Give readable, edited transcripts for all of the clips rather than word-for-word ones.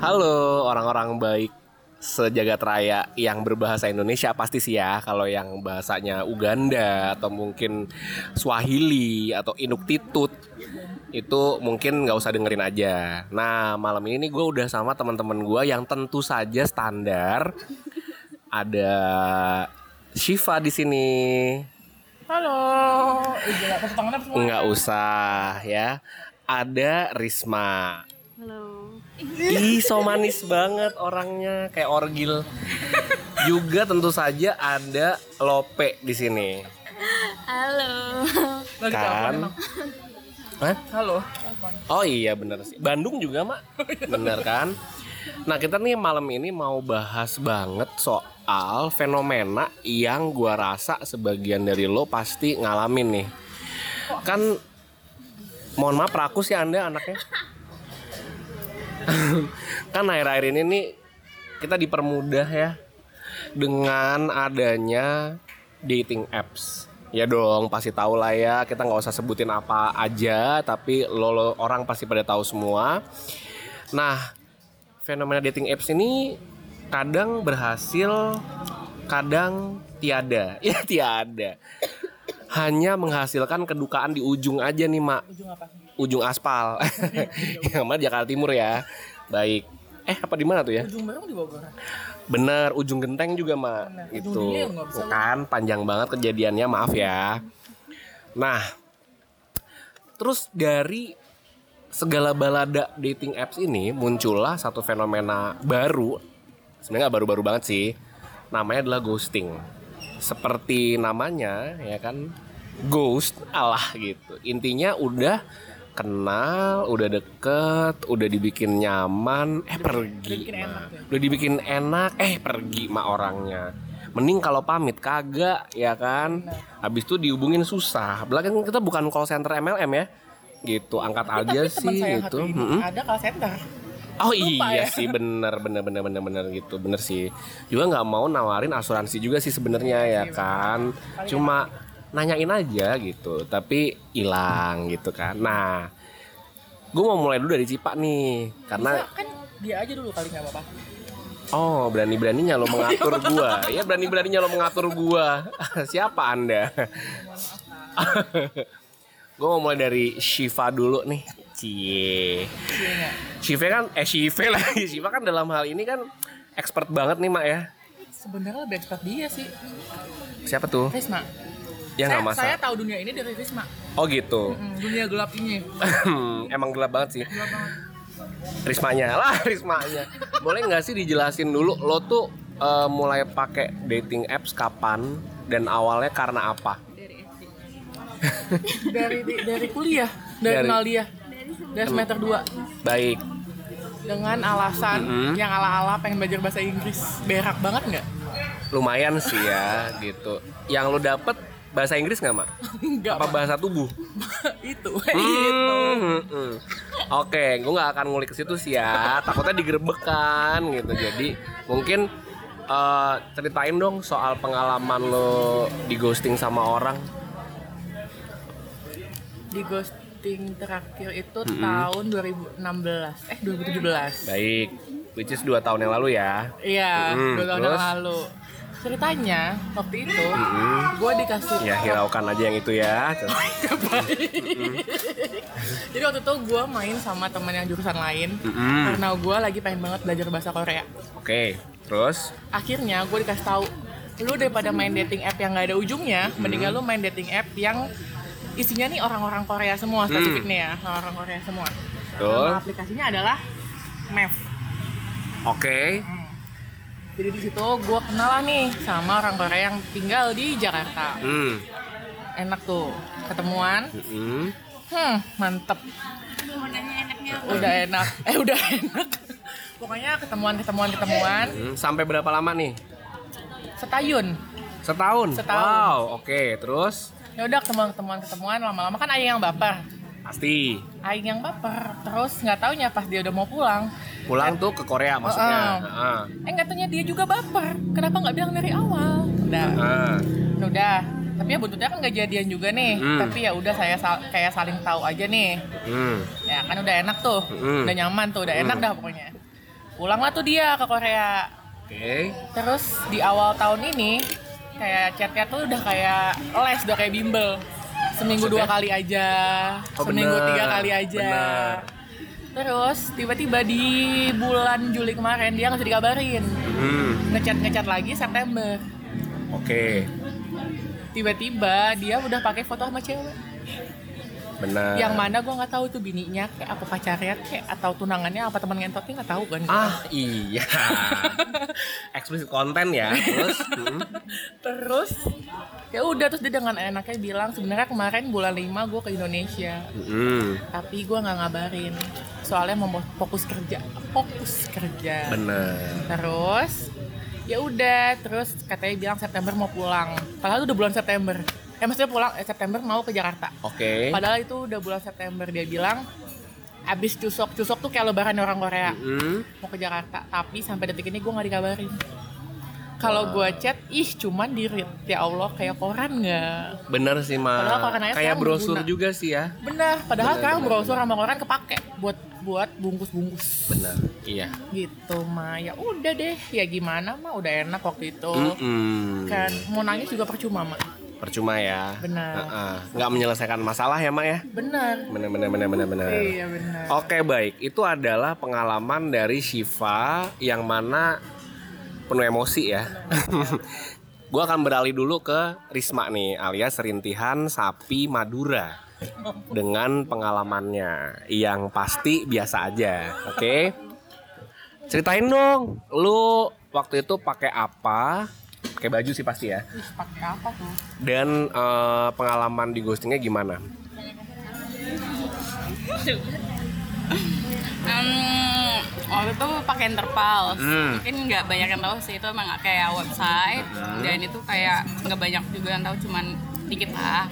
Halo orang-orang baik sejagat raya yang berbahasa Indonesia pasti sih ya. Kalau yang bahasanya Uganda atau mungkin Swahili atau Inuktitut itu mungkin nggak usah dengerin aja. Nah malam ini nih gue udah sama teman-teman gue yang tentu saja standar. Ada Shiva di sini. Halo. Nggak usah ya. Ada Risma. Halo. Ih, so manis banget orangnya, kayak orgil. Juga tentu saja ada Lope di sini. Halo. Kan? Hah? Halo. Oh iya bener sih. Bandung juga, Mak. Bener kan? Nah, kita nih malam ini mau bahas banget soal fenomena yang gua rasa sebagian dari lo pasti ngalamin nih. Kan mohon maaf rakus ya Anda anaknya. Kan akhir-akhir ini nih kita dipermudah ya dengan adanya dating apps. Ya dong, pasti tahu lah ya. Kita nggak usah sebutin apa aja, tapi lo orang pasti pada tahu semua. Nah, fenomena dating apps ini kadang berhasil, kadang tiada. Ya tiada. Hanya menghasilkan kedukaan di ujung aja nih, Mak. Ujung apa? Ujung aspal. Yang mana Jakarta Timur ya. Baik. Apa di mana tuh ya? Ujung Barong di Bogor. Bener, ujung genteng juga, Mak. Bener. Gitu. Ujung dunia nggak bisa. Kan panjang banget kejadiannya, maaf ya. Nah, terus dari segala balada dating apps ini muncullah satu fenomena baru. Sebenarnya nggak baru-baru banget sih. Namanya adalah ghosting. Seperti namanya, ya kan? Ghost, alah gitu. Intinya udah kenal, udah deket, udah dibikin nyaman, pergi. dibikin enak ya. Udah dibikin enak, pergi mah orangnya. Mending kalau pamit kagak, ya kan? Habis itu dihubungin susah. Belakang kita bukan call center MLM ya. Gitu, angkat aja Tapi teman sih saya gitu. satu ini ada call center. Oh Lupa iya ya. sih, bener gitu, bener sih. Juga nggak mau nawarin asuransi juga sih sebenarnya ya kan. Cuma nanyain aja gitu, tapi hilang gitu kan. Nah, gue mau mulai dulu dari Cipa nih, karena Bisa kan dia aja dulu kali nggak apa-apa. oh berani-beraninya lo mengatur gua, ya berani-beraninya lo mengatur gua. Siapa Anda? Gue mau mulai dari Shiva dulu nih. Cie. Shiva kan, Shiva lagi. Shiva kan dalam hal ini kan expert banget nih Mak ya. Sebenarnya lebih expert dia sih. Siapa tuh? Risma. Ya nggak Saya masalah. tahu dunia ini dari Risma. Oh gitu. Dunia gelap ini. Emang gelap banget sih. Gelap banget. Rismanya. Boleh nggak sih dijelasin dulu lo tuh mulai pakai dating apps kapan dan awalnya karena apa? Dari kuliah, dari kenal dia. Dari semester 2. Baik. Dengan alasan yang ala-ala pengen belajar bahasa Inggris. Berak banget nggak? Lumayan sih ya gitu. Yang lo dapet bahasa Inggris nggak Mak? Enggak. Apa bahasa tubuh? Itu. Oke, gue nggak akan ngulik ke situ sih ya. Takutnya digerebek kan gitu. Jadi mungkin ceritain dong soal pengalaman lo di ghosting sama orang. Di ghosting terakhir itu tahun 2017. Baik, which is 2 tahun yang lalu ya. Iya, 2 tahun yang terus? lalu. Ceritanya waktu itu gue dikasih Ya hiraukan aja yang itu ya. Jadi waktu itu gue main sama teman yang jurusan lain karena gue lagi pengen banget belajar bahasa Korea. Oke, terus? Akhirnya gue dikasih tahu, lu daripada main dating app yang nggak ada ujungnya, mendingan lu main dating app yang isinya nih orang-orang Korea semua, spesifik nih ya, orang Korea semua. Betul. Nama aplikasinya adalah Mev. Oke. Jadi di situ gue kenal lah nih sama orang Korea yang tinggal di Jakarta. Enak tuh, ketemuan. Mantep. Udah enak. Pokoknya ketemuan. Sampai berapa lama nih? Setahun. Setahun. Wow, oke. Terus? Ya udah ketemuan, lama-lama kan Aing yang baper. Pasti. Aing yang baper. Terus nggak taunya pas dia udah mau pulang. Pulang tuh ke Korea maksudnya. Nggak taunya dia juga baper. Kenapa nggak bilang dari awal? Udah. Tapi ya buntutnya kan nggak jadian juga nih. Tapi ya udah saya kayak saling tahu aja nih. Ya kan udah enak tuh, udah nyaman tuh, udah enak dah pokoknya. Pulanglah tuh dia ke Korea. Oke. Terus di awal tahun ini kayak chatnya tuh udah kayak les, udah kayak bimbel. Seminggu Maksudnya? 2 kali aja, Oh, seminggu bener, 3 kali aja. bener. Terus tiba-tiba di bulan Juli kemarin dia nggak dikabarin. Ngechat lagi September. Oke. Tiba-tiba dia udah pakai foto sama cewek. Benar. Yang mana gue nggak tahu tuh bininya kayak apa pacarnya kayak atau tunangannya apa teman ngentotnya nggak tahu kan. Iya. Explicit konten ya. Terus ya udah, terus dia dengan enaknya bilang sebenarnya kemarin bulan 5 gue ke Indonesia. Tapi gue nggak ngabarin soalnya mau fokus kerja. Bener. Terus ya udah, terus katanya bilang September mau pulang. Padahal itu udah bulan September. Maksudnya pulang September mau ke Jakarta. Oke. Padahal itu udah bulan September. Dia bilang abis cusok tuh kayak lebaran orang Korea. Mau ke Jakarta. Tapi sampai detik ini gue nggak dikabarin. Kalau gue chat, cuman di read. Ya Allah, kayak koran nggak? Bener sih, Ma. Padahal korannya Kayak sekarang brosur berguna. juga sih ya. Benar. Padahal Benar, sekarang benar, brosur sama koran kepake buat bungkus-bungkus. Bener. Iya. Gitu mah. Ya udah deh. Ya gimana mah, udah enak waktu itu. Kan mau nangis juga percuma mah. Percuma ya. Benar. Nggak menyelesaikan masalah ya, Ma ya. Benar. Bener. Iya benar. Oke, baik. Itu adalah pengalaman dari Syifa yang mana penuh emosi ya. Gue akan beralih dulu ke Risma nih, alias Rintihan Sapi Madura, dengan pengalamannya yang pasti biasa aja. Oke. Ceritain dong, lu waktu itu pakai apa? Pakai baju sih pasti ya. Pakai apa tuh? Dan pengalaman di ghostingnya gimana? Waktu itu pakai Interpals. Mungkin nggak banyak yang tahu sih, itu emang kayak website dan itu kayak nggak banyak juga yang tahu, cuman dikit lah.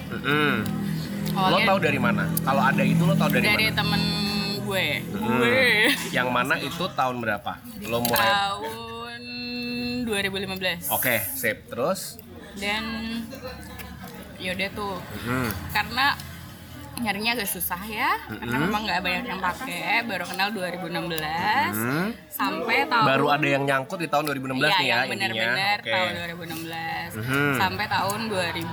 Lo tahu dari mana? Kalau ada itu lo tahu dari mana? Temen gue. Yang mana itu tahun berapa? Lo mulai? Tahun 2015. Oke, sip. Terus? Dan yaudah tuh, karena nyarinya agak susah ya, karena memang nggak banyak yang pakai. Baru kenal 2016 sampai tahun Baru ada yang nyangkut di tahun 2016 nih ya, yang benar-benar Oke. tahun 2016 sampai tahun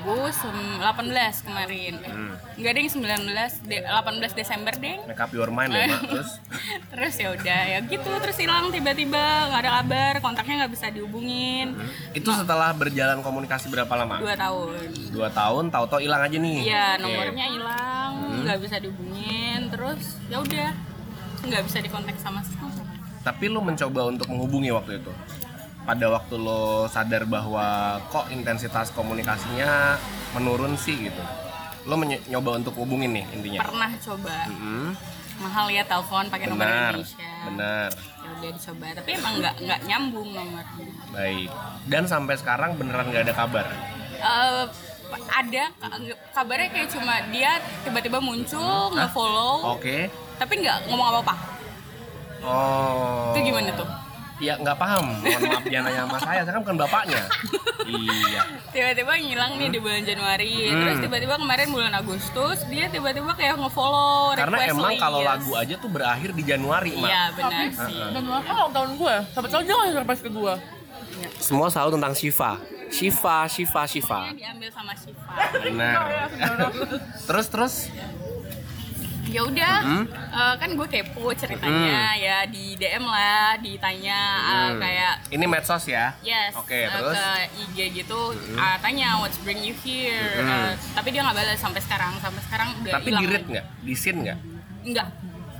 2018 kemarin. Enggak deh, 18 Desember deh. Make up your mind ya, Mak. Terus? Terus ya udah ya gitu, terus hilang tiba-tiba, nggak ada kabar, kontaknya nggak bisa dihubungin. Itu setelah berjalan komunikasi berapa lama? 2 tahun. 2 tahun, tahu-tahu hilang aja nih. Iya, Oke. nomornya hilang, nggak bisa dihubungin, terus ya udah nggak bisa dikontak sama sekali. Tapi lo mencoba untuk menghubungi waktu itu? Pada waktu lo sadar bahwa kok intensitas komunikasinya menurun sih gitu, lo nyoba untuk hubungin nih intinya? Pernah coba, mahal ya telepon pakai nomor Indonesia. Benar. Ya udah dicoba, tapi emang nggak nyambung nomornya. Baik. Dan sampai sekarang beneran nggak ada kabar? Ada kabarnya kayak cuma dia tiba-tiba muncul, nge-follow, Oke. tapi nggak ngomong apa-apa. Oh. Itu gimana tuh? Ya nggak paham. Mohon maaf jangan nanya sama saya kan bukan bapaknya. Iya. Tiba-tiba ngilang nih di bulan Januari, terus tiba-tiba kemarin bulan Agustus dia tiba-tiba kayak nge-follow, Karena request emang kalau list. lagu aja tuh berakhir di Januari, Mak. Iya benar sih. Dan apa ulang tahun gue? Sampai tahun dia nggak surprise ke gue. Semua selalu tentang Syifa. Syifa. Diambil sama Syifa. Benar. Terus. Ya udah, kan gue kepo ceritanya ya, di DM lah, ditanya kayak Ini medsos ya? yes, Oke, terus? ke IG gitu, tanya what's bring you here, tapi dia nggak balas sampai sekarang udah Tapi hilang. di read nggak? Di scene nggak? Enggak,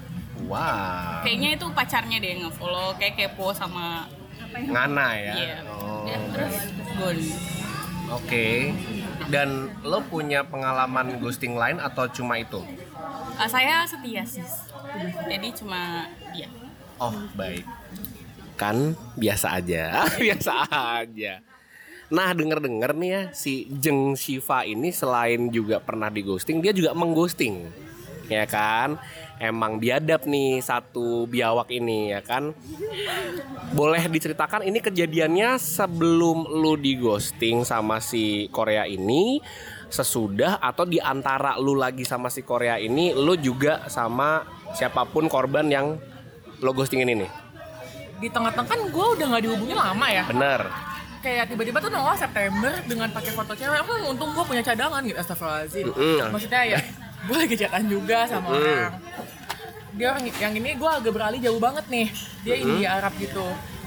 Wow. kayaknya itu pacarnya deh yang nge-follow, kayak kepo sama Ngana ya? iya. Oh. Ya, terus gone. Oke. Dan lo punya pengalaman ghosting lain atau cuma itu? Saya setia sih, jadi cuma dia. Oh, baik. Kan biasa aja. Biasa aja. Nah, denger-denger nih ya, si Jeng Syifa ini selain juga pernah di ghosting, dia juga mengghosting. Ya kan? Emang biadab nih satu biawak ini ya kan. Boleh diceritakan ini kejadiannya sebelum lu di ghosting sama si Korea ini, sesudah, atau di antara lu lagi sama si Korea ini lu juga sama siapapun korban yang lo ghostingin ini? di tengah-tengah kan gue udah nggak dihubungin lama ya. Bener. Kayak tiba-tiba tuh nongol September dengan pakai foto cewek. Untung gue punya cadangan gitu, astagfirullahaladzim. Maksudnya ya gue lagi chatan juga sama orang. Dia orang yang ini gue agak beralih jauh banget nih. Dia India Arab gitu.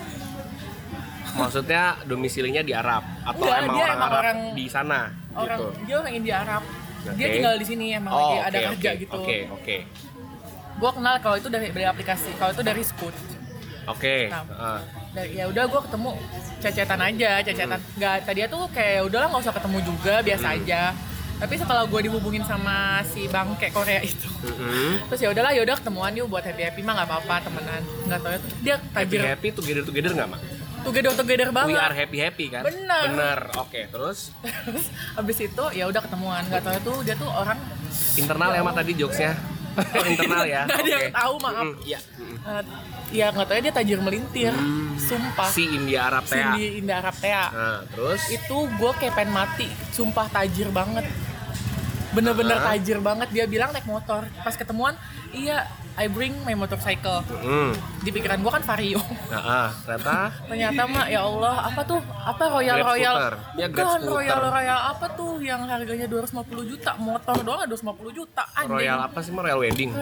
Maksudnya domisilinya di Arab atau Enggak, emang dia orang emang Arab orang di sana gitu. Dia orang India Arab. Dia Oke. tinggal di sini emang lagi ada kerja gitu. Oke. Gue kenal kalau itu dari aplikasi, kalau itu dari Scoot. Oke. Nah, ya udah gue ketemu cecetan aja, nggak tadinya tuh kayak udahlah nggak usah ketemu juga, biasa aja. Tapi setelah gue dihubungin sama si bangke Korea itu, terus ya udahlah, ketemuan yuk buat happy mah nggak apa-apa, temenan. Nggak tahu ya, dia tajir. Happy together nggak, Mak? Together banget. We are happy kan? Bener. Oke, terus abis itu ya udah ketemuan. Nggak tahu tuh dia tuh orang internal ya, Mak, tadi jokesnya. Internal ya. Nggak ada yang tahu, maaf. Iya. Ya nggak tahu ya, dia tajir melintir. Sumpah. Si India Arab Tea. India Arab Tea. Nah, terus Itu gue kayak pengen mati. Sumpah tajir banget. Bener-bener tajir banget. Dia bilang naik motor. Pas ketemuan, iya, I bring my motorcycle. Di pikiran gue kan Vario. Ternyata mah ya Allah, apa tuh? Apa Royal? Ya, Bukan Royal apa tuh yang harganya 250 juta. Motor doang 250 juta. Anjing. Royal apa sih, Royal Wedding?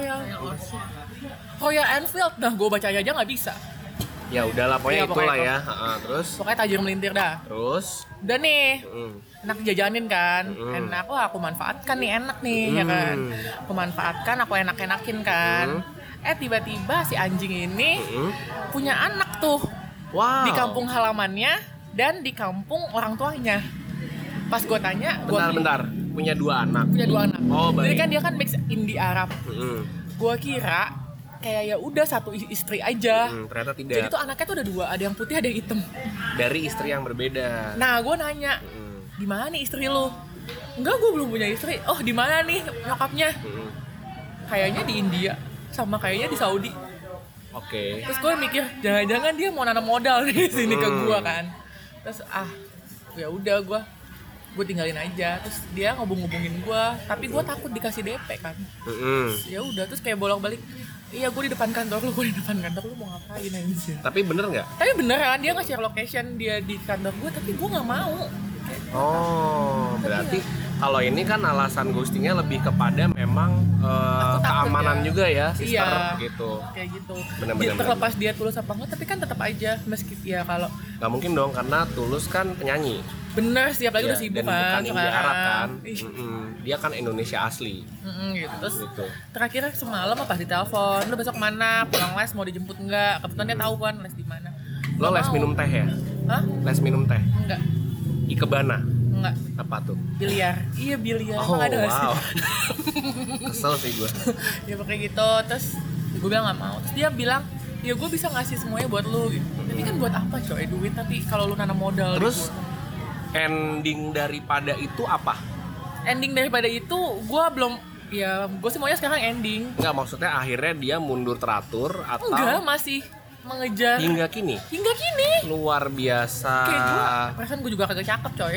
Royal Enfield. Nah, gue baca aja nggak bisa. Ya udahlah, pokoknya itulah pokoknya ya. Terus Pokoknya tajir melintir dah. Terus Udah nih, enak dijajanin kan, enak, wah aku manfaatkan nih, enak nih, ya kan. Aku manfaatkan, aku enak-enakin kan. Tiba-tiba si anjing ini punya anak tuh. wow. Di kampung halamannya dan di kampung orang tuanya. Pas gue tanya, Bentar. Punya 2 anak. punya 2 anak. Oh, baik. Jadi kan dia kan mix India Arab. Gue kira kayak ya udah satu istri aja. Ternyata tidak. Jadi tuh anaknya tuh ada 2, ada yang putih, ada yang hitam. Dari istri yang berbeda. Nah, gue nanya, di mana nih istri lu? Enggak, gue belum punya istri. Oh, di mana nih nyokapnya? Kayaknya di India, sama kayaknya di Saudi. Oke. Terus gue mikir, jangan-jangan dia mau nanam modal di sini ke gue kan. Terus ya udah gue tinggalin aja. Terus dia ngubungin gue, tapi gue takut dikasih DP kan. Ya udah, terus kayak bolak-balik. Iya, gue di depan kantor lu mau ngapain aja? Tapi bener nggak? Tapi beneran dia nge-share location dia di kantor gue, tapi gue nggak mau. Oh, berarti kalau ini kan alasan ghostingnya lebih kepada memang keamanan ya. juga ya, sister, Iya, gitu. Kayak gitu. Bener-bener. Terlepas dia tulus apa enggak, tapi kan tetap aja meski ya kalau Nggak mungkin dong, karena Tulus kan penyanyi. bener sih, apalagi Iya, udah sibuk dan kan bukan India Arab kan. Ih, Dia kan Indonesia asli. gitu. Terus Gitu. terakhir semalam apa ditelepon, lu besok mana, pulang les mau dijemput enggak? Kebetulan dia tahu kan les di mana. Lo les minum teh ya? Hah? Les minum teh? Enggak. Ikebana? Enggak. Apa tuh? Biliar. Iya, biliar. Oh, Emang ada nggak sih? wow. Kesel sih gue. Ya pakai gitu. Terus gue bilang nggak mau. Terus dia bilang, ya gue bisa ngasih semuanya buat lu gitu. Tapi kan buat apa coy duit, tapi kalau lu nanam modal. Terus gitu. ending daripada itu apa? Ending daripada itu gue belum, ya gue sih maunya sekarang ending. Enggak, maksudnya akhirnya dia mundur teratur atau Enggak, masih mengejar hingga kini? Luar biasa. Kayak gue, perasaan gue juga kagak cakep coy.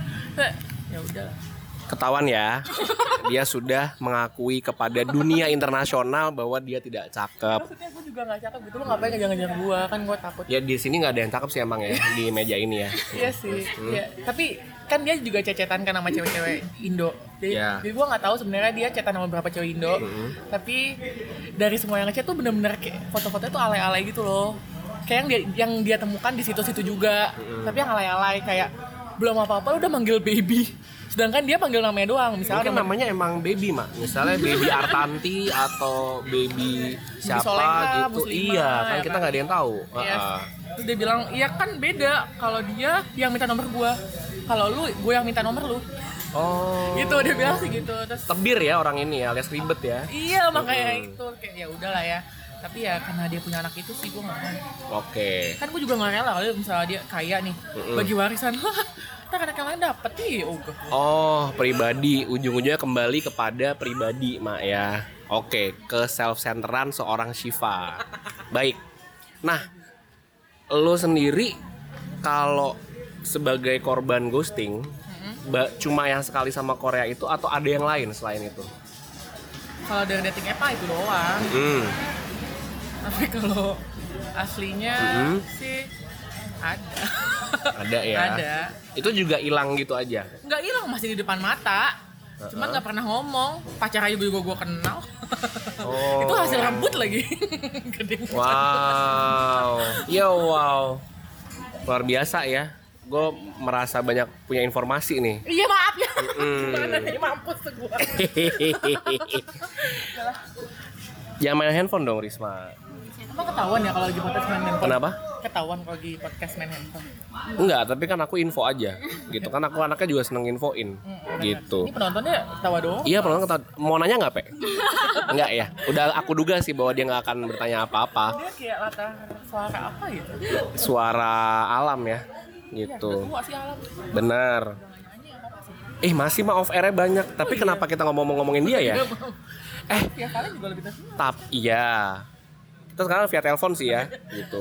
Ya udah. Ketahuan ya, dia sudah mengakui kepada dunia internasional bahwa dia tidak cakep. Maksudnya gue juga gak cakep gitu, lu ngapain ngejar-ngejar gue, kan gue takut. Ya di sini nggak ada yang cakep sih emang ya di meja ini ya. Iya sih, ya. Tapi kan dia juga cecetan kan sama cewek-cewek Indo. Jadi, Ya. jadi gue nggak tahu sebenarnya dia cetan sama berapa cewek Indo. Tapi dari semua yang ngechat tuh bener-bener kayak foto-fotonya tuh alay-alay gitu loh. Kayak yang dia temukan di situ-situ juga. Tapi yang alay-alay kayak belum apa-apa udah manggil baby. Sedangkan dia panggil namanya doang. Misalnya Mungkin namanya emang baby, Mak. Misalnya baby Artanti atau baby siapa Soleha, gitu. Muslimah, Iya, kan ya kita kan? nggak ada yang tahu. Iya. Terus dia bilang, iya kan beda kalau dia yang minta nomor gue. Kalau lu, gue yang minta nomor lu. Oh. Gitu, dia bilang sih gitu. Terus Tebir ya orang ini ya, alias ribet ya. iya, makanya itu kayak ya udahlah ya. Tapi ya karena dia punya anak itu sih gue nggak mau. Oke. Kan gue juga nggak rela kalau misalnya dia kaya nih, bagi warisan. Ntar anak yang lain dapet nih, Oh, pribadi. Ujung-ujungnya kembali kepada pribadi, Mak ya. Oke, ke self-centeran seorang Syifa. Baik. Nah, lo sendiri kalau sebagai korban ghosting, cuma yang sekali sama Korea itu atau ada yang lain selain itu? Kalau dari dating app itu doang. Tapi kalau aslinya sih ada. Ada ya. Ada. Itu juga hilang gitu aja. Nggak hilang, masih di depan mata. Cuman nggak pernah ngomong. Pacar aja juga gue kenal. Oh. Itu hasil rambut lagi. Gede. Wow. Ya wow. Luar biasa ya. Gue merasa banyak punya informasi nih. Iya maaf ya. Gimana nih, mampus tuh gue. Jangan main handphone dong Risma. Emang ketahuan ya kalau lagi podcast main handphone? Kenapa? Ketahuan kalau lagi podcast main handphone. Enggak, tapi kan aku info aja. Gitu kan aku anaknya juga seneng infoin. Gitu. Ini penontonnya ketawa doang. Iya penonton ketawa. Mau nanya nggak, Pe? Enggak ya. Udah aku duga sih bahwa dia nggak akan bertanya apa-apa. Dia kayak latar suara apa gitu. Suara alam ya. Gitu. Udah tua sih alam. Bener. Masih mah off air-nya banyak. Tapi kenapa kita ngomongin dia ya? Ya kalian juga lebih tahu. Iya. Kita sekarang via telepon sih ya, gitu.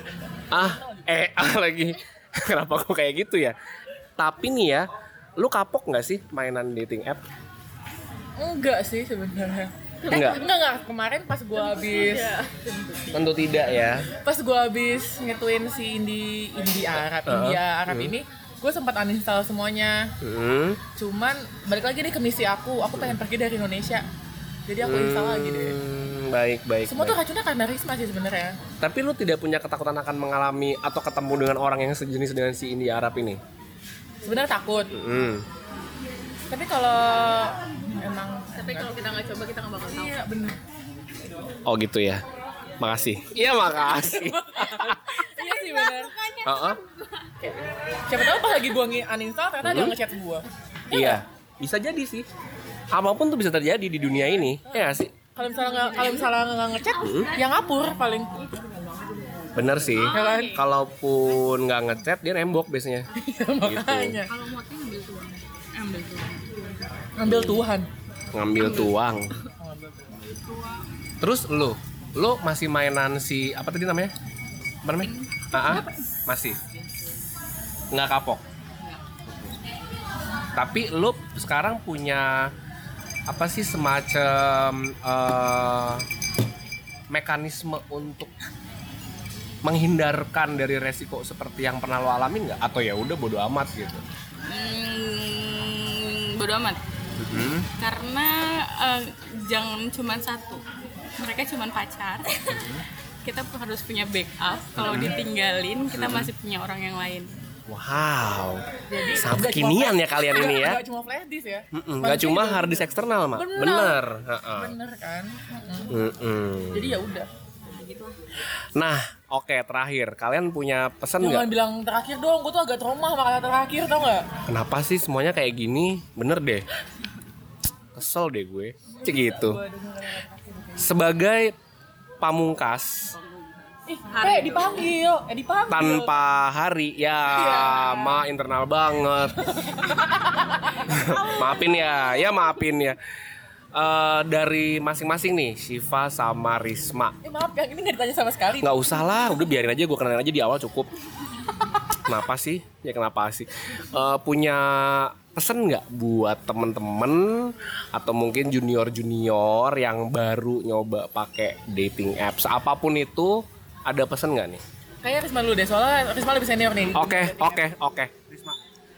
Lagi. Kenapa kok kayak gitu ya? Tapi nih ya, lu kapok nggak sih mainan dating app? Enggak sih sebenarnya. Enggak. Enggak. Kemarin pas gua habis Tentu tidak ya. pas gua habis ngetuin si India Arab ini, gue sempat uninstall semuanya. Cuman balik lagi nih ke misi aku pengen pergi dari Indonesia. Jadi aku install lagi deh. Baik. Semua tuh racunnya karena Risma sih sebenarnya. Tapi lu tidak punya ketakutan akan mengalami atau ketemu dengan orang yang sejenis dengan si India Arab ini? Sebenarnya takut. Tapi kalau kita nggak coba kita nggak bakal tahu. Iya benar. Oh gitu ya. Makasih. Iya makasih. Iya sih benar. Siapa tahu pas lagi gua uninstall ternyata dia ngechat gua. Iya. Bisa jadi sih. Apapun tuh bisa terjadi di dunia ini. Ya sih. Kalau misalnya nggak ngechat, ya ngapur paling. Bener sih. Ya kan? Kalaupun nggak ngechat dia nembok biasanya. Makanya. Kalau moodnya Ngambil Tuhan. Ngambil tuang. Terus lu masih mainan si apa tadi namanya? Apa namanya? Masih. Nggak kapok. Tapi lu sekarang punya apa sih semacam mekanisme untuk menghindarkan dari resiko seperti yang pernah lo alamin nggak? Atau ya udah bodo amat gitu? Bodo amat. Karena jangan cuma satu. Mereka cuma pacar. Kita harus punya backup. Kalau ditinggalin kita masih punya orang yang lain. Wow, Jadi sangat kekinian ya kalian ini ya. Gak cuma flash disk ya. Gak cuma hard disk eksternal, Mak. Bener. Bener kan. Mm-mm. Jadi ya udah. Nah, oke, terakhir kalian punya pesan Jangan nggak? bilang terakhir dong, gue tuh agak trauma sama kata terakhir, tau nggak? Kenapa sih semuanya kayak gini? Bener deh. Kesel deh gue. Cik gitu. Sebagai pamungkas dipanggil. tanpa hari ya, Ma internal banget. Maafin ya. Dari masing-masing nih, Syifa sama Risma. Maaf, yang ini nggak ditanya sama sekali. Nggak usah lah, udah biarin aja, gue kenalin aja di awal cukup. Kenapa sih? Punya pesan nggak buat temen-temen atau mungkin junior yang baru nyoba pakai dating apps apapun itu, ada pesan nggak nih? Kayaknya Risma dulu deh, soalnya Risma lebih senior nih. Oke. Risma.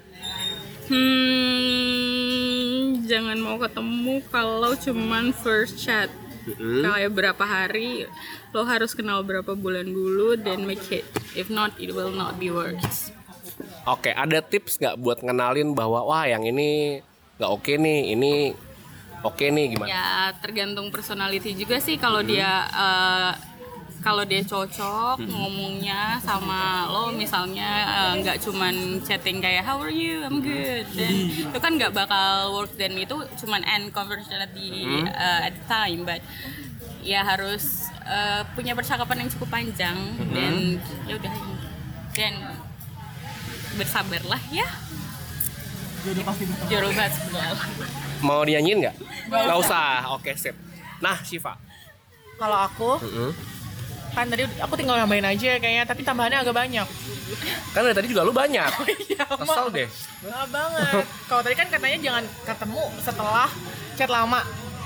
Jangan mau ketemu kalau cuman first chat. Kayak berapa hari, lo harus kenal berapa bulan dulu, then make it. If not, it will not be works. Oke, ada tips nggak buat ngenalin bahwa wah yang ini nggak oke nih, ini oke nih, gimana? Ya tergantung personality juga sih. Kalau dia cocok ngomongnya sama lo, misalnya nggak cuman chatting kayak how are you, I'm good, dan itu kan nggak bakal work, dan itu cuman end conversation at the time, but ya harus punya percakapan yang cukup panjang, dan ya udah, dan bersabarlah ya. Jodoh banget sebenarnya. Mau dinyanyiin nggak? Nggak usah. Oke, sip. Nah, Syifa. Kalau aku, kan tadi aku tinggal nambahin aja kayaknya, tapi tambahannya agak banyak. Kan dari tadi juga lu banyak. Iya, Kesel deh. Banget banget. Kalau tadi kan katanya jangan ketemu setelah chat lama.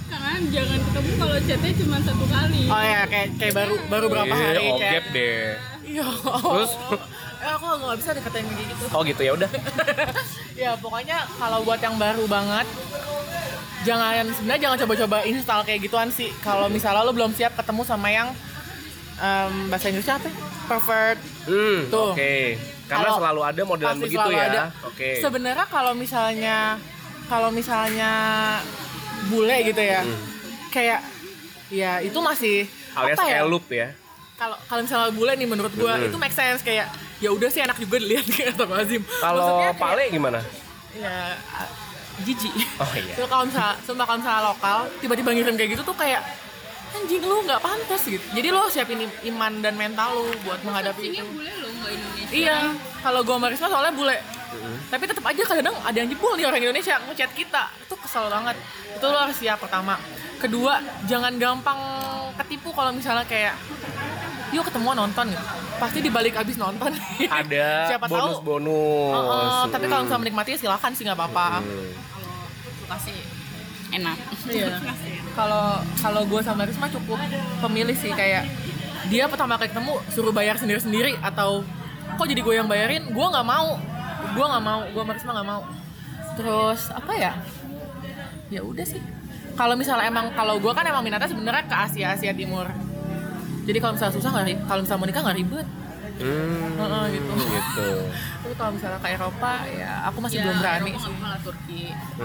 Karena jangan ketemu kalau chatnya cuma 1 kali. Oh ya, kayak baru berapa hari Ogep chat. deh. Iya. Terus? Aku nggak bisa dikatain kayak gitu. Oh gitu ya udah. Ya pokoknya kalau buat yang baru banget, sebenarnya jangan coba-coba install kayak gituan sih. Kalau misalnya lo belum siap ketemu sama yang bahasa Inggrisnya apa? Pervert. Tuh. Oke. Karena Kalau selalu ada modelan pasti begitu selalu ya. ada. Oke. Sebenarnya kalau misalnya bule gitu ya, kayak ya itu masih Alias apa ya? elup ya. Kalau misalnya bule nih menurut gua itu make sense, kayak ya udah sih enak juga dilihat kayak atau Azim. Kalau Pale gimana? Ya jijik. Oh iya. So, kalau misalnya lokal tiba-tiba ngirim kayak gitu tuh kayak anjing lu nggak pantas gitu. Jadi lo siapin iman dan mental lu buat menghadapi Ini itu. bule loh, nggak Indonesia. Iya, kalau gua sama Risma soalnya bule. Tapi tetap aja kadang ada yang jebol nih orang Indonesia ngechat kita. Itu kesel banget. Itu lo harus siap pertama. Kedua, jangan gampang ketipu kalau misalnya kayak yuk ketemuan nonton gitu. Pasti dibalik abis nonton Ada siapa tahu bonus-bonus. tapi kalau misalnya menikmati silakan sih, nggak apa-apa. Suka sih enak. Iya. Kalau gue sama Risma cukup pemilih sih, kayak dia pertama kali ketemu suruh bayar sendiri-sendiri atau kok jadi gue yang bayarin, gue nggak mau, gue sama Risma nggak mau. Terus apa ya? Ya udah sih. Kalau misalnya kalau gue kan emang minatnya sebenarnya ke Asia Timur. Jadi kalau misalnya susah kalau misalnya mau nikah nggak ribet. Gitu. Gitu. Tapi kalau misalnya ke Eropa ya aku masih belum berani Eropa sih. nggak malah Turki.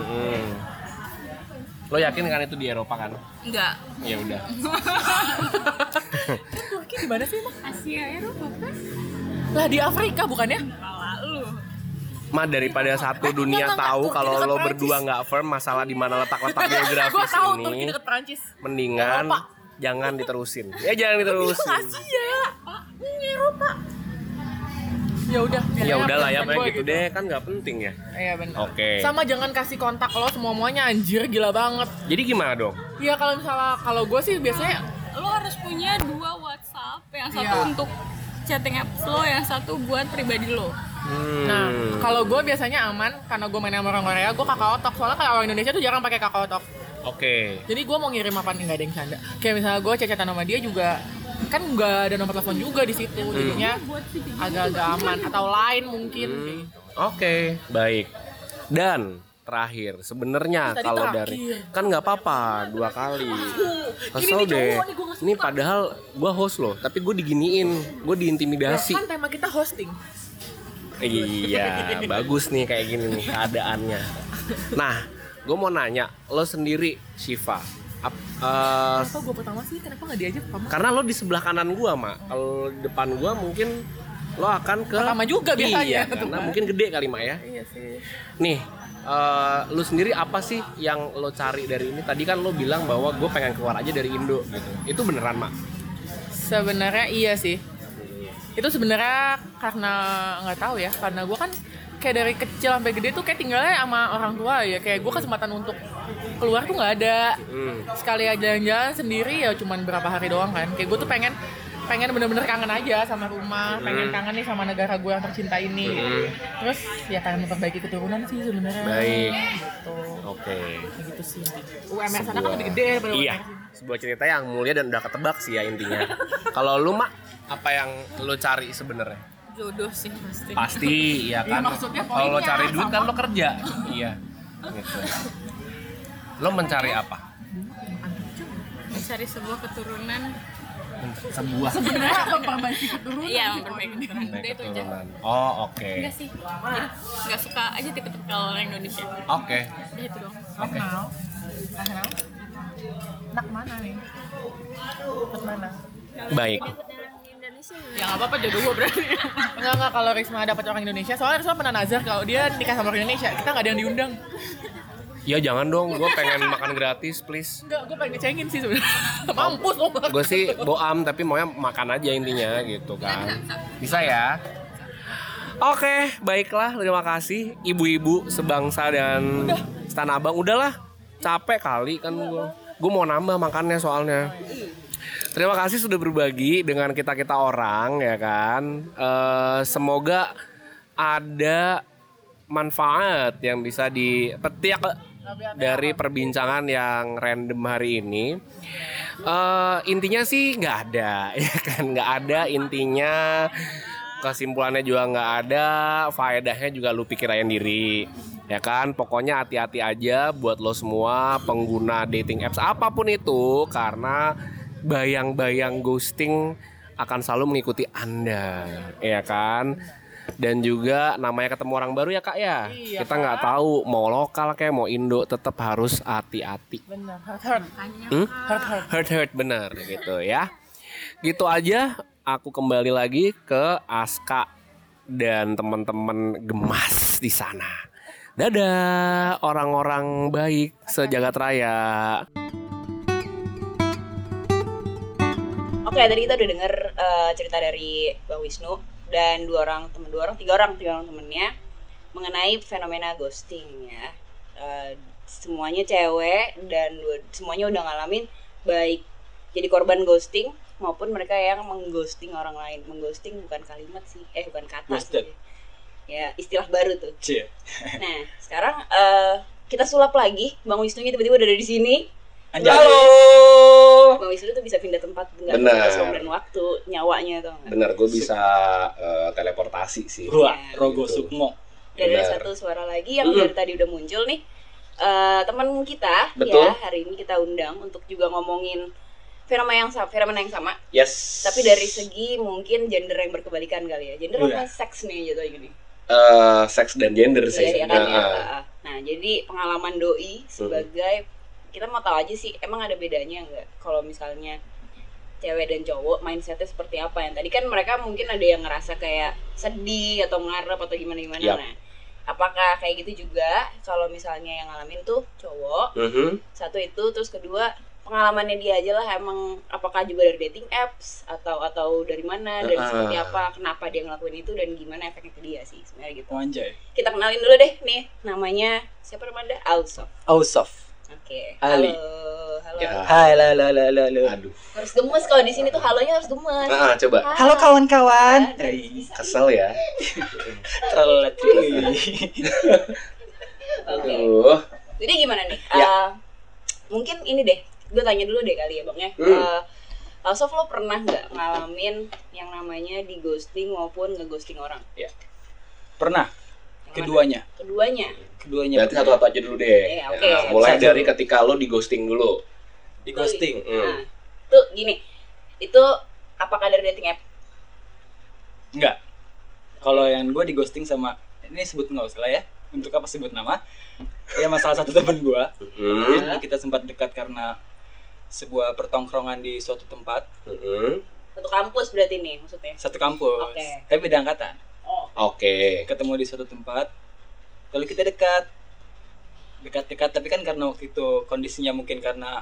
Lo yakin kan itu di Eropa kan? Enggak. Ya udah. Turki di mana sih emang? Asia Eropa kan? Lah di Afrika bukannya? Malah lu. Mah daripada satu dunia tahu Turki kalau dekat lo Perancis. berdua nggak firm masalah di mana letak-letak Gue geografis tahu Turki ini, dekat Perancis. mendingan Eropa. jangan diterusin. Ya jangan diterusin. Asia. Eropa. Ya udah. Ya udahlah ya, pilihan kayak gue gitu deh, kan nggak penting ya. Iya benar. Oke. Sama jangan kasih kontak lo semuanya anjir, gila banget. Jadi gimana dong? Iya kalau gue sih biasanya Lo harus punya 2 WhatsApp, yang satu Iya. untuk chatting apps lo, yang satu buat pribadi lo. Nah, kalau gue biasanya aman karena gue main sama orang Korea, gue Kakao Talk. Soalnya kayak orang Indonesia tuh jarang pakai Kakao Talk. Oke. Jadi gue mau ngirim apa nih, nggak ada yang canda. Kayak misalnya gue chat-chatan sama dia juga kan nggak ada nomor telepon juga di situ, jadinya agak-agak aman. Atau lain mungkin. Kayak gitu. Oke, baik. Dan terakhir, sebenarnya Tadi kalau terakhir. dari kan nggak apa-apa 2 kali. Kesel nih deh. cowok nih, gua nggak suka. Ini padahal gue host loh, tapi gue diginiin, gue diintimidasi. Kan tema kita hosting. Iya, bagus nih kayak gini nih keadaannya. Nah, gue mau nanya, lo sendiri, Shiva, Kenapa gue pertama sih? Kenapa nggak diajak Pama? karena lo di sebelah kanan gue, Mak. Kalau depan gue mungkin lo akan ke Pertama juga biasanya. Iya, karena mungkin gede kali, Mak ya. Iya sih. Nih, lo sendiri apa sih yang lo cari dari ini? Tadi kan lo bilang bahwa gue pengen keluar aja dari Indo gitu. Itu beneran, Mak? Sebenarnya iya sih. Itu sebenarnya karena nggak tahu ya, karena gue kan kayak dari kecil sampai gede tuh kayak tinggalnya sama orang tua ya. Kayak gue kesempatan untuk keluar tuh nggak ada. Sekali aja jalan-jalan sendiri ya cuman berapa hari doang kan. Kayak gue tuh pengen bener-bener kangen aja sama rumah, pengen kangen nih sama negara gue yang tercinta ini. Terus ya pengen memperbaiki keturunan sih sebenarnya. Baik. Gitu. Oke. Kayak gitu sih. UMR sana kan lebih gede daripada Iya, UMR. sebuah cerita yang mulia dan udah ketebak sih ya intinya. Kalau lu, Mak, apa yang lo cari sebenarnya? Jodoh sih pasti. Pasti, ya kan. Iya, maksudnya Kalau lo poinnya cari duit kan sama. lo kerja. Iya. Gitu. Lo mencari apa? Mencari sebuah keturunan. Sebuah Sebenarnya memperbaiki keturunan. Iya, memperbaiki keturunan. Udah itu aja. keturunan. Oh, oke. Enggak sih. Jadi, nggak suka aja tipe-tipe orang Indonesia. Oke. Udah itu doang. Oke. Anak mana nih? Anak mana? Baik. Ya nggak apa-apa, jodoh gue berarti. Enggak, kalau Risma dapat orang Indonesia, soalnya Risma pernah nazar kalau dia nikah sama orang Indonesia, kita nggak ada yang diundang. Ya jangan dong, gue pengen makan gratis, please. Enggak, gue pengen ngecengin sih sebenarnya. Mampus lo. Gue sih boam, tapi maunya makan aja intinya gitu kan. Bisa ya? Oke, baiklah, terima kasih ibu-ibu sebangsa dan setanah abang. Udahlah, capek kali kan gue. Gue mau nambah makannya soalnya. Terima kasih sudah berbagi dengan kita-kita orang ya kan. Semoga ada manfaat yang bisa dipetik dari perbincangan yang random hari ini. Intinya sih nggak ada, ya kan? Nggak ada intinya. Kesimpulannya juga nggak ada, faedahnya juga lu pikir aja sendiri, ya kan? Pokoknya hati-hati aja buat lo semua pengguna dating apps apapun itu, karena bayang-bayang ghosting akan selalu mengikuti Anda, ya kan? Dan juga namanya ketemu orang baru ya kak ya. Iya, Kita nggak tahu mau lokal kayak mau Indo, tetap harus hati-hati. Bener, hurt. Hurt bener gitu ya. Gitu aja. Aku kembali lagi ke Aska dan teman-teman gemas di sana. Dadah orang-orang baik sejagat raya. Oke, tadi kita udah denger cerita dari Bang Wisnu dan tiga orang temennya mengenai fenomena ghosting ya. Semuanya cewek dan semuanya udah ngalamin baik jadi korban ghosting maupun mereka yang mengghosting orang lain. Mengghosting bukan kalimat sih, bukan kata Ghosted. sih. Ya, istilah baru tuh. Cie. Nah, sekarang kita sulap lagi. Bang Wisnunya tiba-tiba udah ada di sini. Anjay. Halo. Bang Wisnu tuh bisa pindah tempat nggak Benar. terus dan waktu nyawanya tuh. Bener, gue bisa teleportasi sih. Wah, Ya, Rogo gitu. Sukmo. Dan ada Benar. satu suara lagi yang dari tadi udah muncul nih. Teman kita Betul. ya, hari ini kita undang untuk juga ngomongin fenomena yang sama, Yes. tapi dari segi mungkin gender yang berkebalikan kali ya. Gender Iya. apa seks nih gitu gini. Seks dan gender sih. Iya, iya kan ya. Nah, Nah, jadi pengalaman doi sebagai kita mau tahu aja sih emang ada bedanya nggak kalau misalnya cewek dan cowok mindsetnya seperti apa. Yang tadi kan mereka mungkin ada yang ngerasa kayak sedih atau ngarep atau gimana. Yap. Nah, apakah kayak gitu juga kalau misalnya yang ngalamin tuh cowok? Satu itu, terus kedua pengalamannya dia aja lah, emang apakah juga dari dating apps atau dari mana, dari seperti apa, kenapa dia ngelakuin itu dan gimana efeknya ke dia sih sebenarnya gitu. Anjay. Kita kenalin dulu deh nih, namanya siapa namanya? Alsof. Ausaf. Oke. Ali. Halo. Ya. Hai, la. Aduh. Harus gemes kalau di sini tuh halonya harus gemes. Coba. Hai. Halo kawan-kawan. Kesel ya. Terlalu. Oke. Aduh. Jadi gimana nih? Ya. Mungkin ini deh, gue tanya dulu deh kali ya bang ya. Alsof, lo pernah nggak ngalamin yang namanya di ghosting maupun ngeghosting orang? Pernah. Yang Keduanya. mana? Keduanya. Keduanya. Berarti satu-satu aja dulu deh. Oke. Nah, mulai Satu. dari ketika lo di ghosting dulu. Di ghosting. Nah, tuh gini, itu apakah dari dating app? Enggak. Kalau yang gue di ghosting sama ini sebut nggak usah lah ya. Untuk apa sebut nama? Ya masalah satu teman gue. Jadi kita sempat dekat karena sebuah pertongkrongan di suatu tempat. Satu kampus berarti nih maksudnya? Satu kampus. Oke. Tapi beda angkatan. Oh, Oke. Ketemu di suatu tempat. Lalu kita dekat. Dekat-dekat tapi kan karena waktu itu kondisinya mungkin karena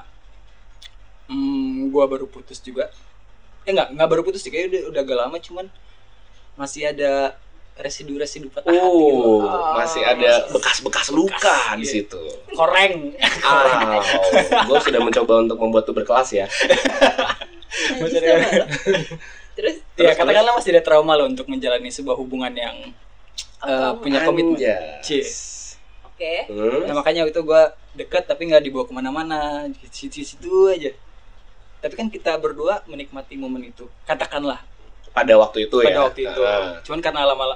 gue baru putus juga. Enggak baru putus sih, kayaknya udah agak lama, cuman masih ada residu patah hati gitu. Masih ada bekas-bekas luka di iya. situ. Koreng. Gue sudah mencoba untuk membuat itu berkelas ya. Masih ada. terus? Ya katakanlah masih ada trauma loh untuk menjalani sebuah hubungan yang punya komitmen. Anjas. Oke. Nah makanya waktu itu gue dekat tapi nggak dibawa kemana-mana, di situ aja. Tapi kan kita berdua menikmati momen itu, katakanlah Pada waktu itu ya. pada waktu itu. Cuman karena lama-lama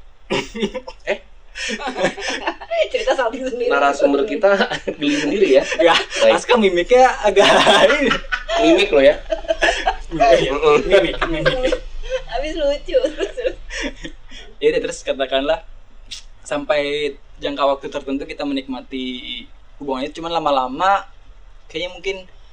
Cerita salting sendiri. Narasumber kita geli sendiri ya. ya Baik. Aska mimiknya agak ini. Mimik lo ya. mimik. Habis lucu terus. Ya udah, terus katakanlah sampai jangka waktu tertentu kita menikmati hubungan itu, cuman lama-lama kayaknya mungkin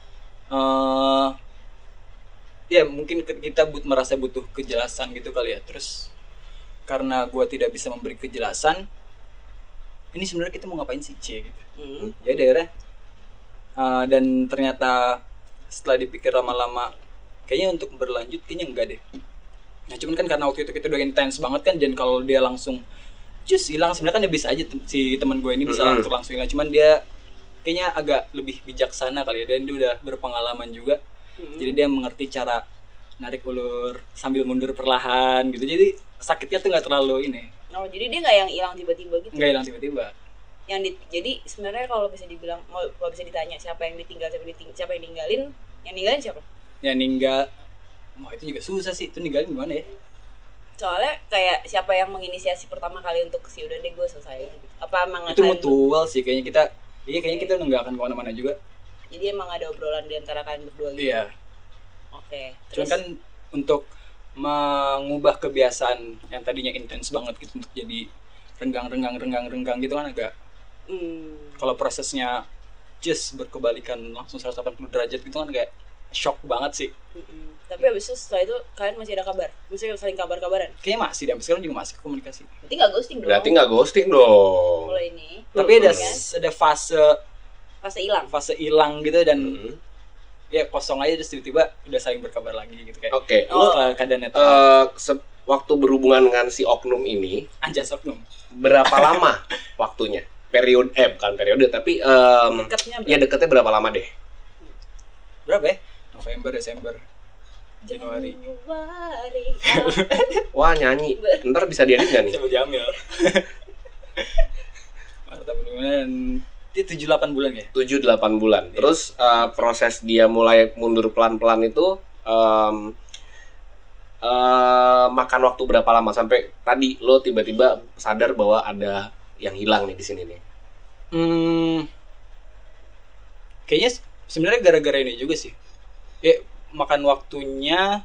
ya mungkin kita merasa butuh kejelasan gitu kali ya. Terus karena gue tidak bisa memberi kejelasan, ini sebenarnya kita mau ngapain sih gitu. Ya daerah dan ternyata setelah dipikir lama-lama kayaknya untuk berlanjut kayaknya enggak deh. Nah cuman kan karena waktu itu kita udah intense banget kan, dan kalau dia langsung just hilang sebenarnya kan dia bisa aja si teman gue ini bisa langsung hilang, cuman dia kayaknya agak lebih bijaksana kali ya, dan dia udah berpengalaman juga. Jadi dia mengerti cara narik ulur sambil mundur perlahan gitu, jadi sakitnya tuh nggak terlalu ini. Oh, jadi dia nggak yang hilang tiba-tiba gitu? Nggak hilang tiba-tiba. Jadi sebenarnya kalau bisa dibilang, kalau bisa ditanya siapa yang ditinggal, siapa yang ninggalin, yang ninggalin siapa? Yang ninggal, itu juga susah sih, itu ninggalin gimana ya? Soalnya kayak siapa yang menginisiasi pertama kali untuk udah deh gue selesai gitu. Apa emang Itu mutual sih kayaknya kita udah nggak akan kemana-mana juga. Jadi emang ada obrolan di antara kalian berdua gitu. Iya. Oke. Cuman kan untuk mengubah kebiasaan yang tadinya intens banget gitu untuk jadi renggang gitu kan agak kalau prosesnya just berkebalikan langsung 180 derajat gitu kan kayak shock banget sih. Tapi abis itu setelah itu kalian masih ada kabar? Maksudnya saling kabar-kabaran? Kayaknya masih, dan sekarang juga masih komunikasi. Berarti nggak ghosting dong? Berarti nggak ghosting dong. Mulai ini. Tapi ada fase hilang gitu dan ya kosong aja terus tiba-tiba udah saling berkabar lagi gitu kayak. Oke. Setelah keadaan netral. Waktu berhubungan dengan si oknum ini, Anjas oknum. berapa lama waktunya? Bukan periode tapi deketnya berapa lama deh? Berapa ya? November, Desember, Januari. Wah, nyanyi. Ntar bisa diedit nggak nih? Coba Jamil. Maret, April, bulan 7-8 bulan ya? 7-8 bulan. Terus proses dia mulai mundur pelan-pelan itu makan waktu berapa lama sampai tadi lo tiba-tiba sadar bahwa ada yang hilang nih di sini nih? Kayaknya sebenarnya gara-gara ini juga sih. Makan waktunya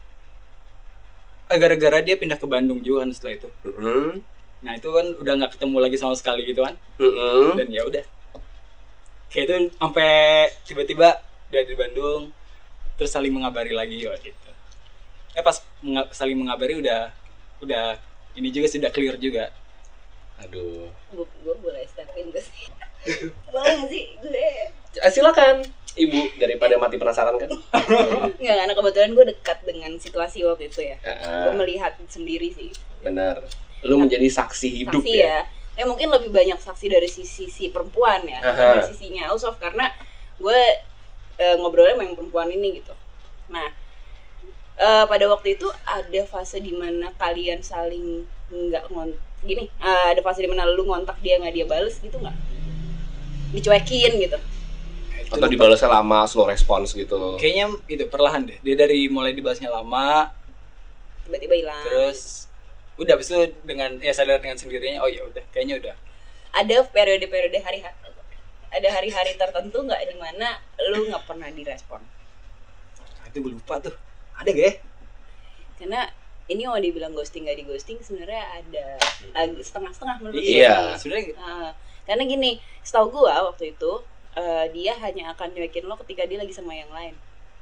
gara-gara dia pindah ke Bandung juga kan setelah itu. Nah itu kan udah nggak ketemu lagi sama sekali gitu kan. Dan ya udah. Kayak itu sampai tiba-tiba udah di Bandung terus saling mengabari lagi gitu. Pas saling mengabari udah ini juga sudah clear juga. Aduh. Gue boleh step in gak sih? Boleh gak sih gue? Silakan Ibu, daripada mati penasaran kan. Nggak, karena kebetulan gue dekat dengan situasi waktu itu ya. Gue melihat sendiri sih. Benar. Lu menjadi saksi hidup saksi ya. Mungkin lebih banyak saksi dari sisi perempuan ya, dari sisinya Ausof, karena gue ngobrolnya sama yang perempuan ini gitu. Nah, pada waktu itu ada fase dimana kalian saling nggak ada fase dimana lu ngontak dia nggak dia bales gitu nggak? Dicuekin gitu? Atau dibalasnya lama, slow response gitu? Kayaknya itu perlahan deh. Dia dari mulai dibalasnya lama, tiba-tiba hilang. Terus udah habis itu dengan sadar dengan sendirinya, oh ya udah, kayaknya udah. Ada periode-periode hari-hari tertentu nggak di mana lu nggak pernah direspon? Itu gue lupa tuh. Ada gak ya? Karena ini mau dibilang ghosting nggak di ghosting sebenarnya ada setengah-setengah menurut gue. Iya. Sebenarnya. Karena gini, setahu gue waktu itu dia hanya akan nyuekin lo ketika dia lagi sama yang lain.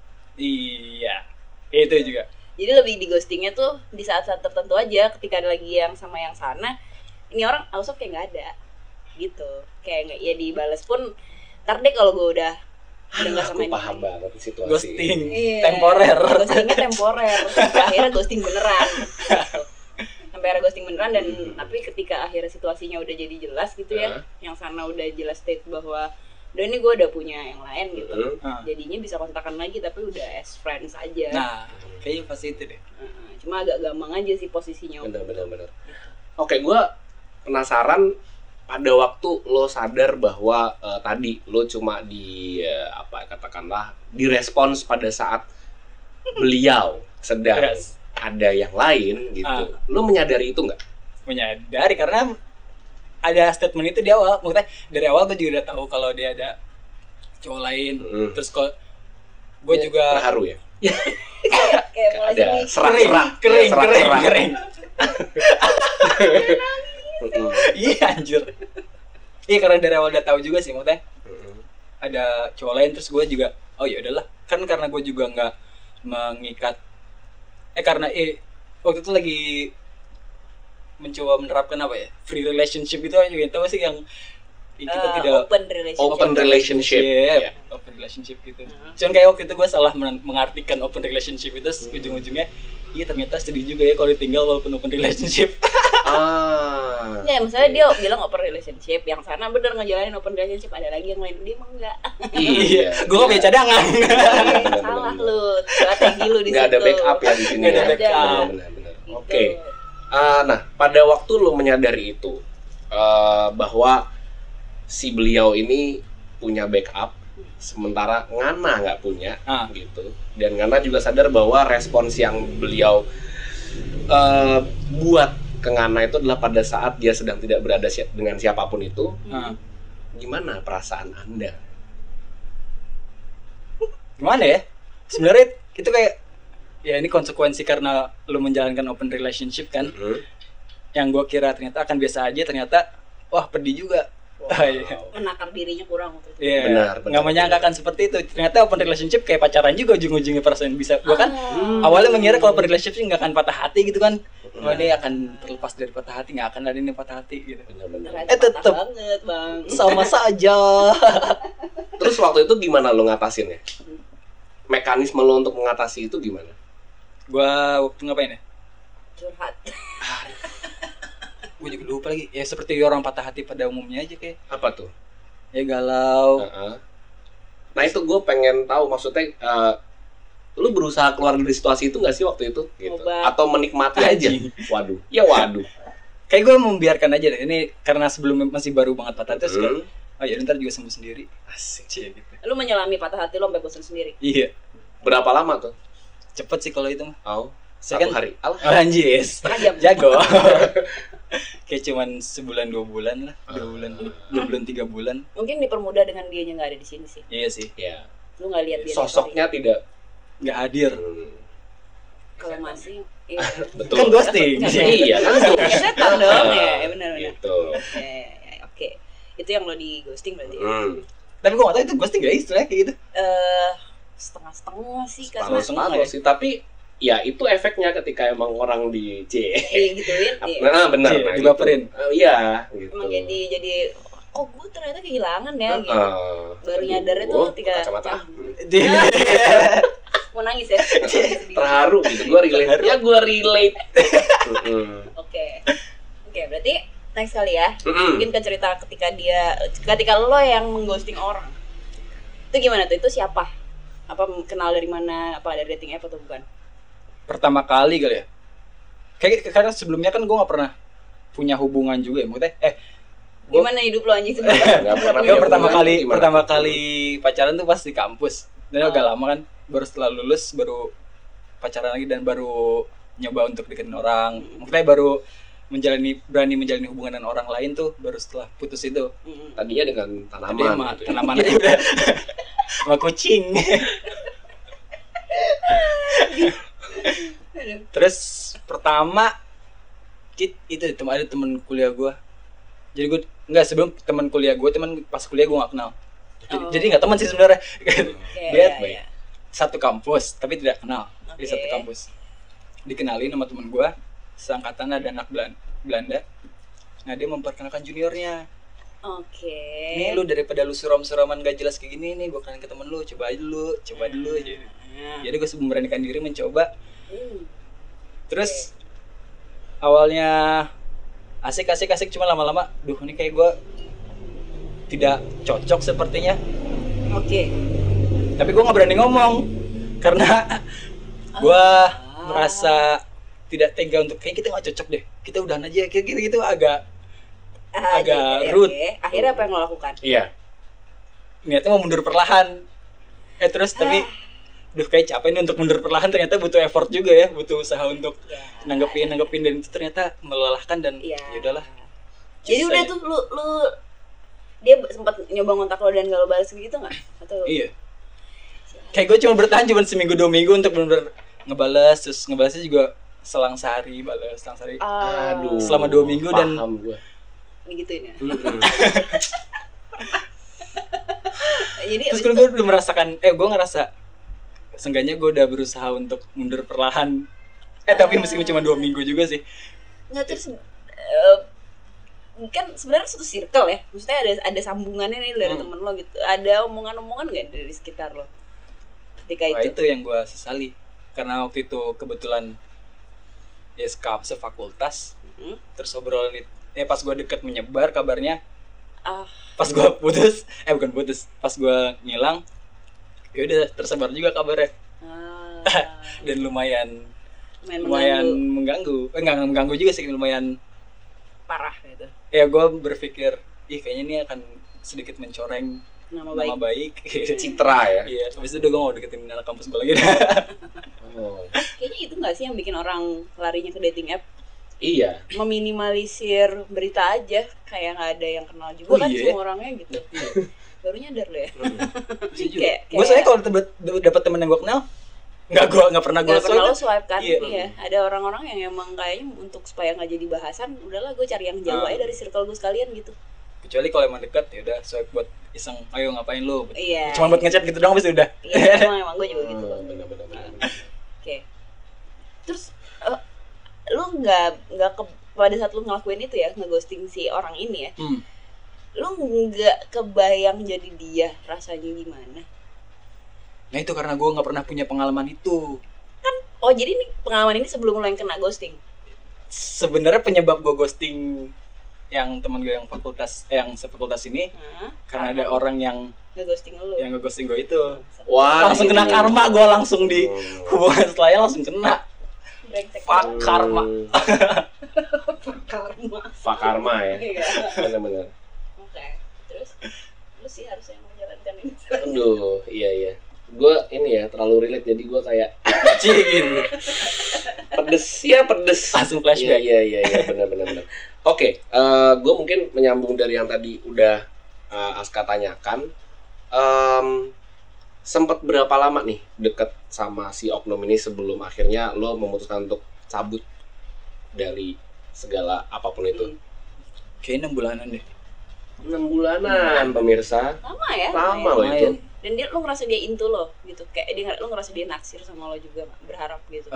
Iya. Itu juga. Jadi lebih di ghostingnya tuh di saat-saat tertentu aja, ketika ada lagi yang sama yang sana, ini orang Ausof kayak nggak ada, gitu. Kayak nggak, ya dibales pun, ntar deh kalau gue udah nggak sama aku paham banget situasi. Ghosting temporer. Ghostingnya temporer, sampai akhirnya ghosting beneran. Gitu. Sampai akhirnya ghosting beneran dan tapi ketika akhirnya situasinya udah jadi jelas gitu ya, yang sana udah jelas state bahwa udah ini gue udah punya yang lain gitu, jadinya bisa kontakan lagi tapi udah as friends aja. Nah, kayaknya pasti itu deh. Cuma agak gampang aja sih posisinya. Bener. Oke, gue penasaran pada waktu lo sadar bahwa tadi lo cuma katakanlah direspons pada saat beliau sedang ada yang lain gitu. Lo menyadari itu nggak? Menyadari karena ada statement itu di awal, maksudnya dari awal gue juga udah tahu kalau dia ada cowok lain. Terus kok gue juga terharu ya. Kayak mulai ada kering. Iya anjir. Iya karena dari awal udah tahu juga sih maksudnya. Ada cowok lain terus gue juga oh ya udahlah. Kan karena gue juga nggak mengikat karena waktu itu lagi mencoba menerapkan apa ya free relationship itu aja tahu sih yang kita tidak open relationship gitu. Cuman kayak waktu itu gue salah mengartikan open relationship itu ujung-ujungnya iya ternyata sedih juga ya kalau ditinggal walaupun open relationship. Ya misalnya dia bilang open relationship, yang sana bener ngejalanin open relationship, ada lagi yang lain dia emang enggak. Iya, gue gak punya cadangan. Salah lu, strategi lu di situ. Nggak ada backup ya di sini. Nggak ada backup. Benar. Oke. Nah, pada waktu lo menyadari itu bahwa si beliau ini punya backup, sementara Ngana nggak punya, gitu. Dan Ngana juga sadar bahwa respons yang beliau buat ke Ngana itu adalah pada saat dia sedang tidak berada dengan siapapun itu. Gimana perasaan Anda? Gimana ya? Sebenarnya itu kayak ya ini konsekuensi karena lu menjalankan open relationship kan. Yang gue kira ternyata akan biasa aja, ternyata wah pedih juga. Menakar dirinya kurang waktu itu. Iya, Benar, nggak menyangka kan seperti itu. Ternyata open relationship kayak pacaran juga, ujung-ujungnya perasaan bisa. Gue kan awalnya mengira kalau open relationship nggak akan patah hati gitu kan. Oh ini akan terlepas dari patah hati, nggak akan ada ini patah hati gitu. Benar-benar. Tetep banget bang. sama saja. Terus waktu itu gimana lo ngatasinnya? Mekanisme lo untuk mengatasi itu gimana? Gue waktu ngapain ya? Curhat. Gue juga lupa lagi. Ya seperti orang patah hati pada umumnya aja kayak. Apa tuh? Ya galau. Nah itu gue pengen tahu maksudnya lu berusaha keluar dari situasi itu nggak sih waktu itu gitu? Atau menikmati aja? Waduh, ya waduh. Kayak gue membiarkan aja deh. Ini karena sebelum masih baru banget patah hati terus oh ya ntar juga sembuh sendiri. Asik. Cie gitu. Lu menyelami patah hati lu sampai bosan sendiri. Iya. Berapa lama tuh? Cepet sih kalau itu mah. Oh, Saya 1 hari. Alah. Anjir. Setengah jam. Jago. Kayak cuman sebulan 2 bulan lah. 2 bulan. 2 bulan 3 bulan. Mungkin dipermudah dengan dianya nggak ada di sini sih. Iya sih. Ya. Lu nggak lihat dia. Sosoknya tidak. Nggak hadir. Kalau masih, iya. Betul. Kan ghosting. Iya kan. Ya setan dong ya, benar-benar. Gitu. Oke. Itu yang lo di ghosting berarti. Tapi gue nggak tahu itu ghosting nggak istilahnya kayak gitu. Setengah-setengah sih Separuh sih, tapi ya itu efeknya ketika emang orang di gituin. Nah, benar. Nah, dibaperin. Iya, gitu. Emang jadi oh gue ternyata kehilangan ya gitu. Baru nyadarnya tuh ketika kacamata. mau nangis ya. Terharu gitu. Gue relate. Ya gue relate. Oke, berarti next kali ya. Mungkin ke cerita ketika lo yang mengghosting orang. Itu gimana tuh? Itu siapa? Apa kenal dari mana? Apa dari dating app atau bukan? Pertama kali kali ya. Kayak karena sebelumnya kan gue nggak pernah punya hubungan juga ya. Maksudnya Gimana hidup lo anjing sebelumnya? Gue pertama kali pacaran tuh pas di kampus. Dan agak lama kan, baru setelah lulus baru pacaran lagi dan baru nyoba untuk deketin orang. Maksudnya baru berani menjalani hubungan dengan orang lain tuh baru setelah putus itu. Tadinya dengan tanaman. Tanaman aja udah sama kucing. Terus pertama itu ada teman kuliah gue. Jadi gue sebelum teman kuliah gue, teman pas kuliah gue nggak kenal. Jadi nggak teman sih sebenarnya. Dia satu kampus tapi tidak kenal. Di satu kampus. Dikenalin sama teman gue, seangkatan ada anak Belanda. Nah dia memperkenalkan juniornya. Ini lu daripada lu suram-suraman gak jelas kayak gini nih, gue kenalin ke temen lu, coba dulu aja. Jadi gue memberanikan diri mencoba. Terus awalnya asik cuma lama-lama ini kayak gue tidak cocok sepertinya. Tapi gue nggak berani ngomong karena gue merasa tidak tega untuk kayak kita nggak cocok deh, kita udahan aja kayak gitu agak rude. Akhirnya apa yang lo lakukan? Iya. Niatnya mau mundur perlahan. Terus tapi kayak capek nih untuk mundur perlahan, ternyata butuh effort juga ya, butuh usaha untuk nanggepin dan itu ternyata melelahkan dan ya udahlah. Jadi udah tuh lu dia sempat nyoba ngontak lo dan gak lo balas gitu nggak? Atau iya. Kayak gue cuma bertahan seminggu 2 minggu untuk benar-benar ngebalas, terus ngebalasnya juga selang sehari. Aduh. Selama 2 minggu dan paham gue. Digituin ya. Jadi terus gue udah merasakan, gue ngerasa seenggaknya gue udah berusaha untuk mundur perlahan. Tapi meskipun cuma 2 minggu juga sih. Nggak, terus kan sebenarnya satu circle ya, maksudnya ada sambungannya nih dari temen lo gitu. Ada omongan-omongan nggak dari sekitar lo ketika itu yang gue sesali karena waktu itu kebetulan ya sefakultas. Terus obrolan pas gue deket menyebar kabarnya. Pas gue putus, pas gue ngilang, ya udah tersebar juga kabarnya. Dan lumayan mengganggu. Enggak mengganggu juga sih, lumayan parah gitu. Ya gue berpikir, kayaknya ini akan sedikit mencoreng Nama nama baik. baik. Citra ya. Iya, habis itu udah gue mau deketin anak kampus gue lagi. Oh. Kayaknya itu nggak sih yang bikin orang larinya ke dating app? Iya. Meminimalisir berita aja, kayak nggak ada yang kenal juga Oh, kan iya. semua orangnya gitu. Baru nyadar lo ya. Gue soalnya kalau dapat temen yang gue kenal, nggak pernah gue Gak pernah lo swipe kan? Iya. Iya. Ada orang-orang yang emang kayaknya untuk supaya nggak jadi bahasan, udahlah gue cari yang jauh aja dari circle gue sekalian gitu. Kecuali kalau emang dekat ya udah swipe buat iseng, ayo ngapain lu? Iya. Cuma buat ngechat gitu doang habis udah. Iya, emang gue juga gitu. Benar-benar. Oke. Terus lu nggak pada saat lu ngelakuin itu ya, ngeghosting si orang ini ya, lu nggak kebayang jadi dia rasanya gimana? Nah itu karena gue nggak pernah punya pengalaman itu. Oh jadi ini pengalaman ini sebelum lu yang kena ghosting? Sebenarnya penyebab gue ghosting yang teman gue yang sefakultas ini Hah? karena ada orang yang Ngeghosting lu? nge-ghosting gue itu. Wah, Langsung kena karma, gue langsung di hubungan setelahnya langsung kena. Brengsek. Fuck karma. Karma. Fuck karma ya. Iya. Benar-benar. Oke. Terus lu sih harusnya menjalankan ini. Aduh, iya. Gue ini ya terlalu relate jadi gue kayak Cing. pedes. Langsung flashback. Iya, benar. Oke, gue mungkin menyambung dari yang tadi udah Aska tanyakan. Sempet berapa lama nih deket sama si oknum ini sebelum akhirnya lo memutuskan untuk cabut dari segala apapun itu? Kayaknya 6 bulanan deh. 6 bulanan, pemirsa. Lama ya? Lama loh itu. Dan dia lu ngerasa dia into lo gitu. Kayak lu ngerasa dia naksir sama lo juga, berharap gitu.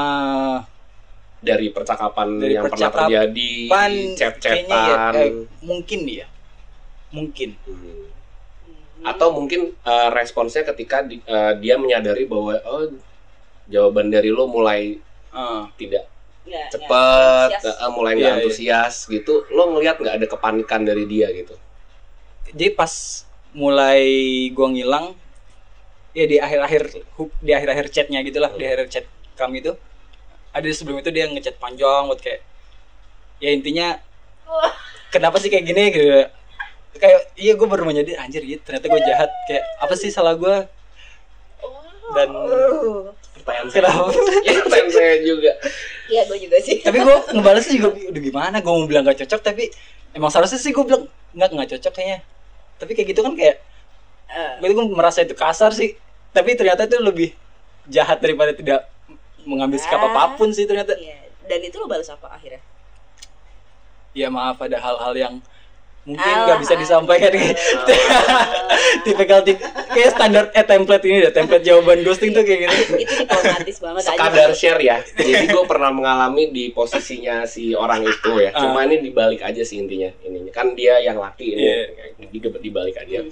Dari percakapan Dari yang pernah percakapan, terjadi, chat-chatan. kayaknya mungkin dia. Mungkin. Atau mungkin responsnya ketika dia menyadari bahwa jawaban dari lo mulai tidak Nggak cepet, antusias. mulai nggak antusias gitu, lo ngelihat nggak ada kepanikan dari dia gitu? Jadi pas mulai gua ngilang, ya di akhir-akhir chatnya gitulah, di akhir chat kami itu, ada sebelum itu dia ngechat panjang buat kayak, ya intinya kenapa sih kayak gini gitu. Kayak iya gue baru menyadari anjir gitu, ternyata gue jahat, kayak apa sih salah gue. Dan Pertanyaan kenapa? Ya, pertanyaan saya juga. Iya, gue juga sih. Tapi gue ngebalesnya juga udah gimana, gue mau bilang gak cocok tapi emang seharusnya sih gue bilang nggak cocok kayaknya. Tapi kayak gitu kan kayak gue merasa itu kasar sih, tapi ternyata itu lebih jahat daripada tidak mengambil sikap apapun sih ternyata. Iya. Dan itu lo balas apa akhirnya? Ya maaf, ada hal-hal yang mungkin nggak bisa disampaikan kayak tipikal kayak standar template ini deh, template jawaban ghosting tuh kayak gitu. Itu diplomatis banget Sekadar aja. share ya. Jadi gue pernah mengalami di posisinya si orang itu ya. Cuma ini dibalik aja sih intinya. Ininya kan dia yang laki ini dibalik aja.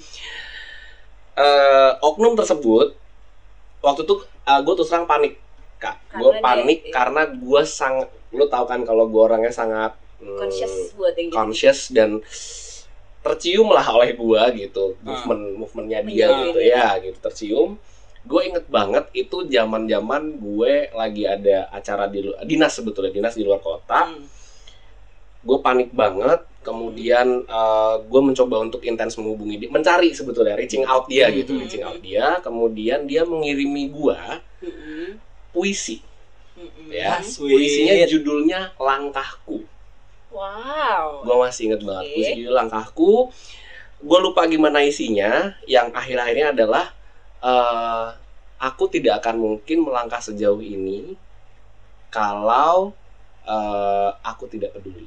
Oknum tersebut waktu itu gue terus terang panik, Kak. Gue panik karena gue sangat, lo tau kan kalau gue orangnya sangat Conscious buat yang gitu. conscious dan tercium lah oleh gua gitu, movementnya dia gitu ya, gitu tercium. Gue inget banget itu zaman gue lagi ada acara di dinas, sebetulnya dinas di luar kota. Gue panik banget, kemudian gue mencoba untuk intens menghubungi dia, mencari sebetulnya reaching out dia gitu, reaching out dia. Kemudian dia mengirimi gua puisi, ya, puisinya judulnya Langkahku. Wow. Gue masih inget banget puisi judul Langkahku. Gue lupa gimana isinya. Yang akhir-akhirnya adalah aku tidak akan mungkin melangkah sejauh ini kalau aku tidak peduli.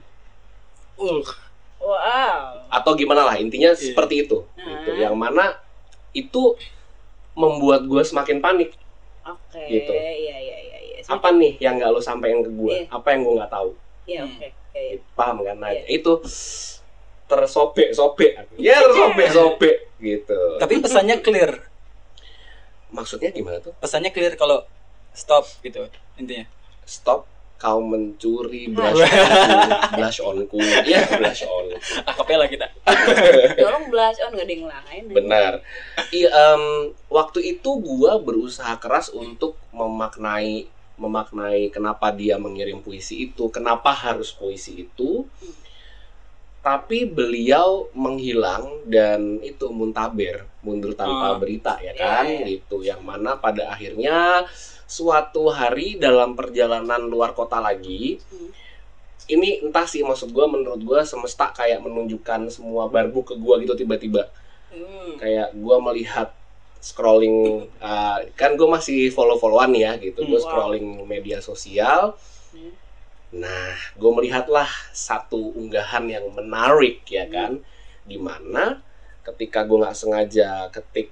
Wow. Atau gimana lah, intinya seperti itu. Gitu. Yang mana itu membuat gue semakin panik. Oke. Gitu. Iya. Apa nih yang nggak lo sampein ke gue? Apa yang gue nggak tahu? Iya, oke. Paham kan? Nah, itu tersobek gitu. Tapi pesannya clear. Maksudnya gimana tuh? Pesannya clear kalau stop gitu intinya. Stop kau mencuri blush onku. Ya, blush on. Akapela kita. Tolong blush on, gak ada yang lain. Benar. Waktu itu gua berusaha keras untuk memaknai kenapa dia mengirim puisi itu, kenapa harus puisi itu. tapi beliau menghilang dan itu mundur tanpa berita ya kan, gitu. Yang mana pada akhirnya suatu hari dalam perjalanan luar kota lagi, ini entah sih, maksud gue, menurut gue semesta kayak menunjukkan semua barbu ke gue gitu tiba-tiba. Kayak gue melihat scrolling, kan gue masih follow-followan ya gitu, gue scrolling media sosial. Nah, gue melihatlah satu unggahan yang menarik ya kan, dimana ketika gue nggak sengaja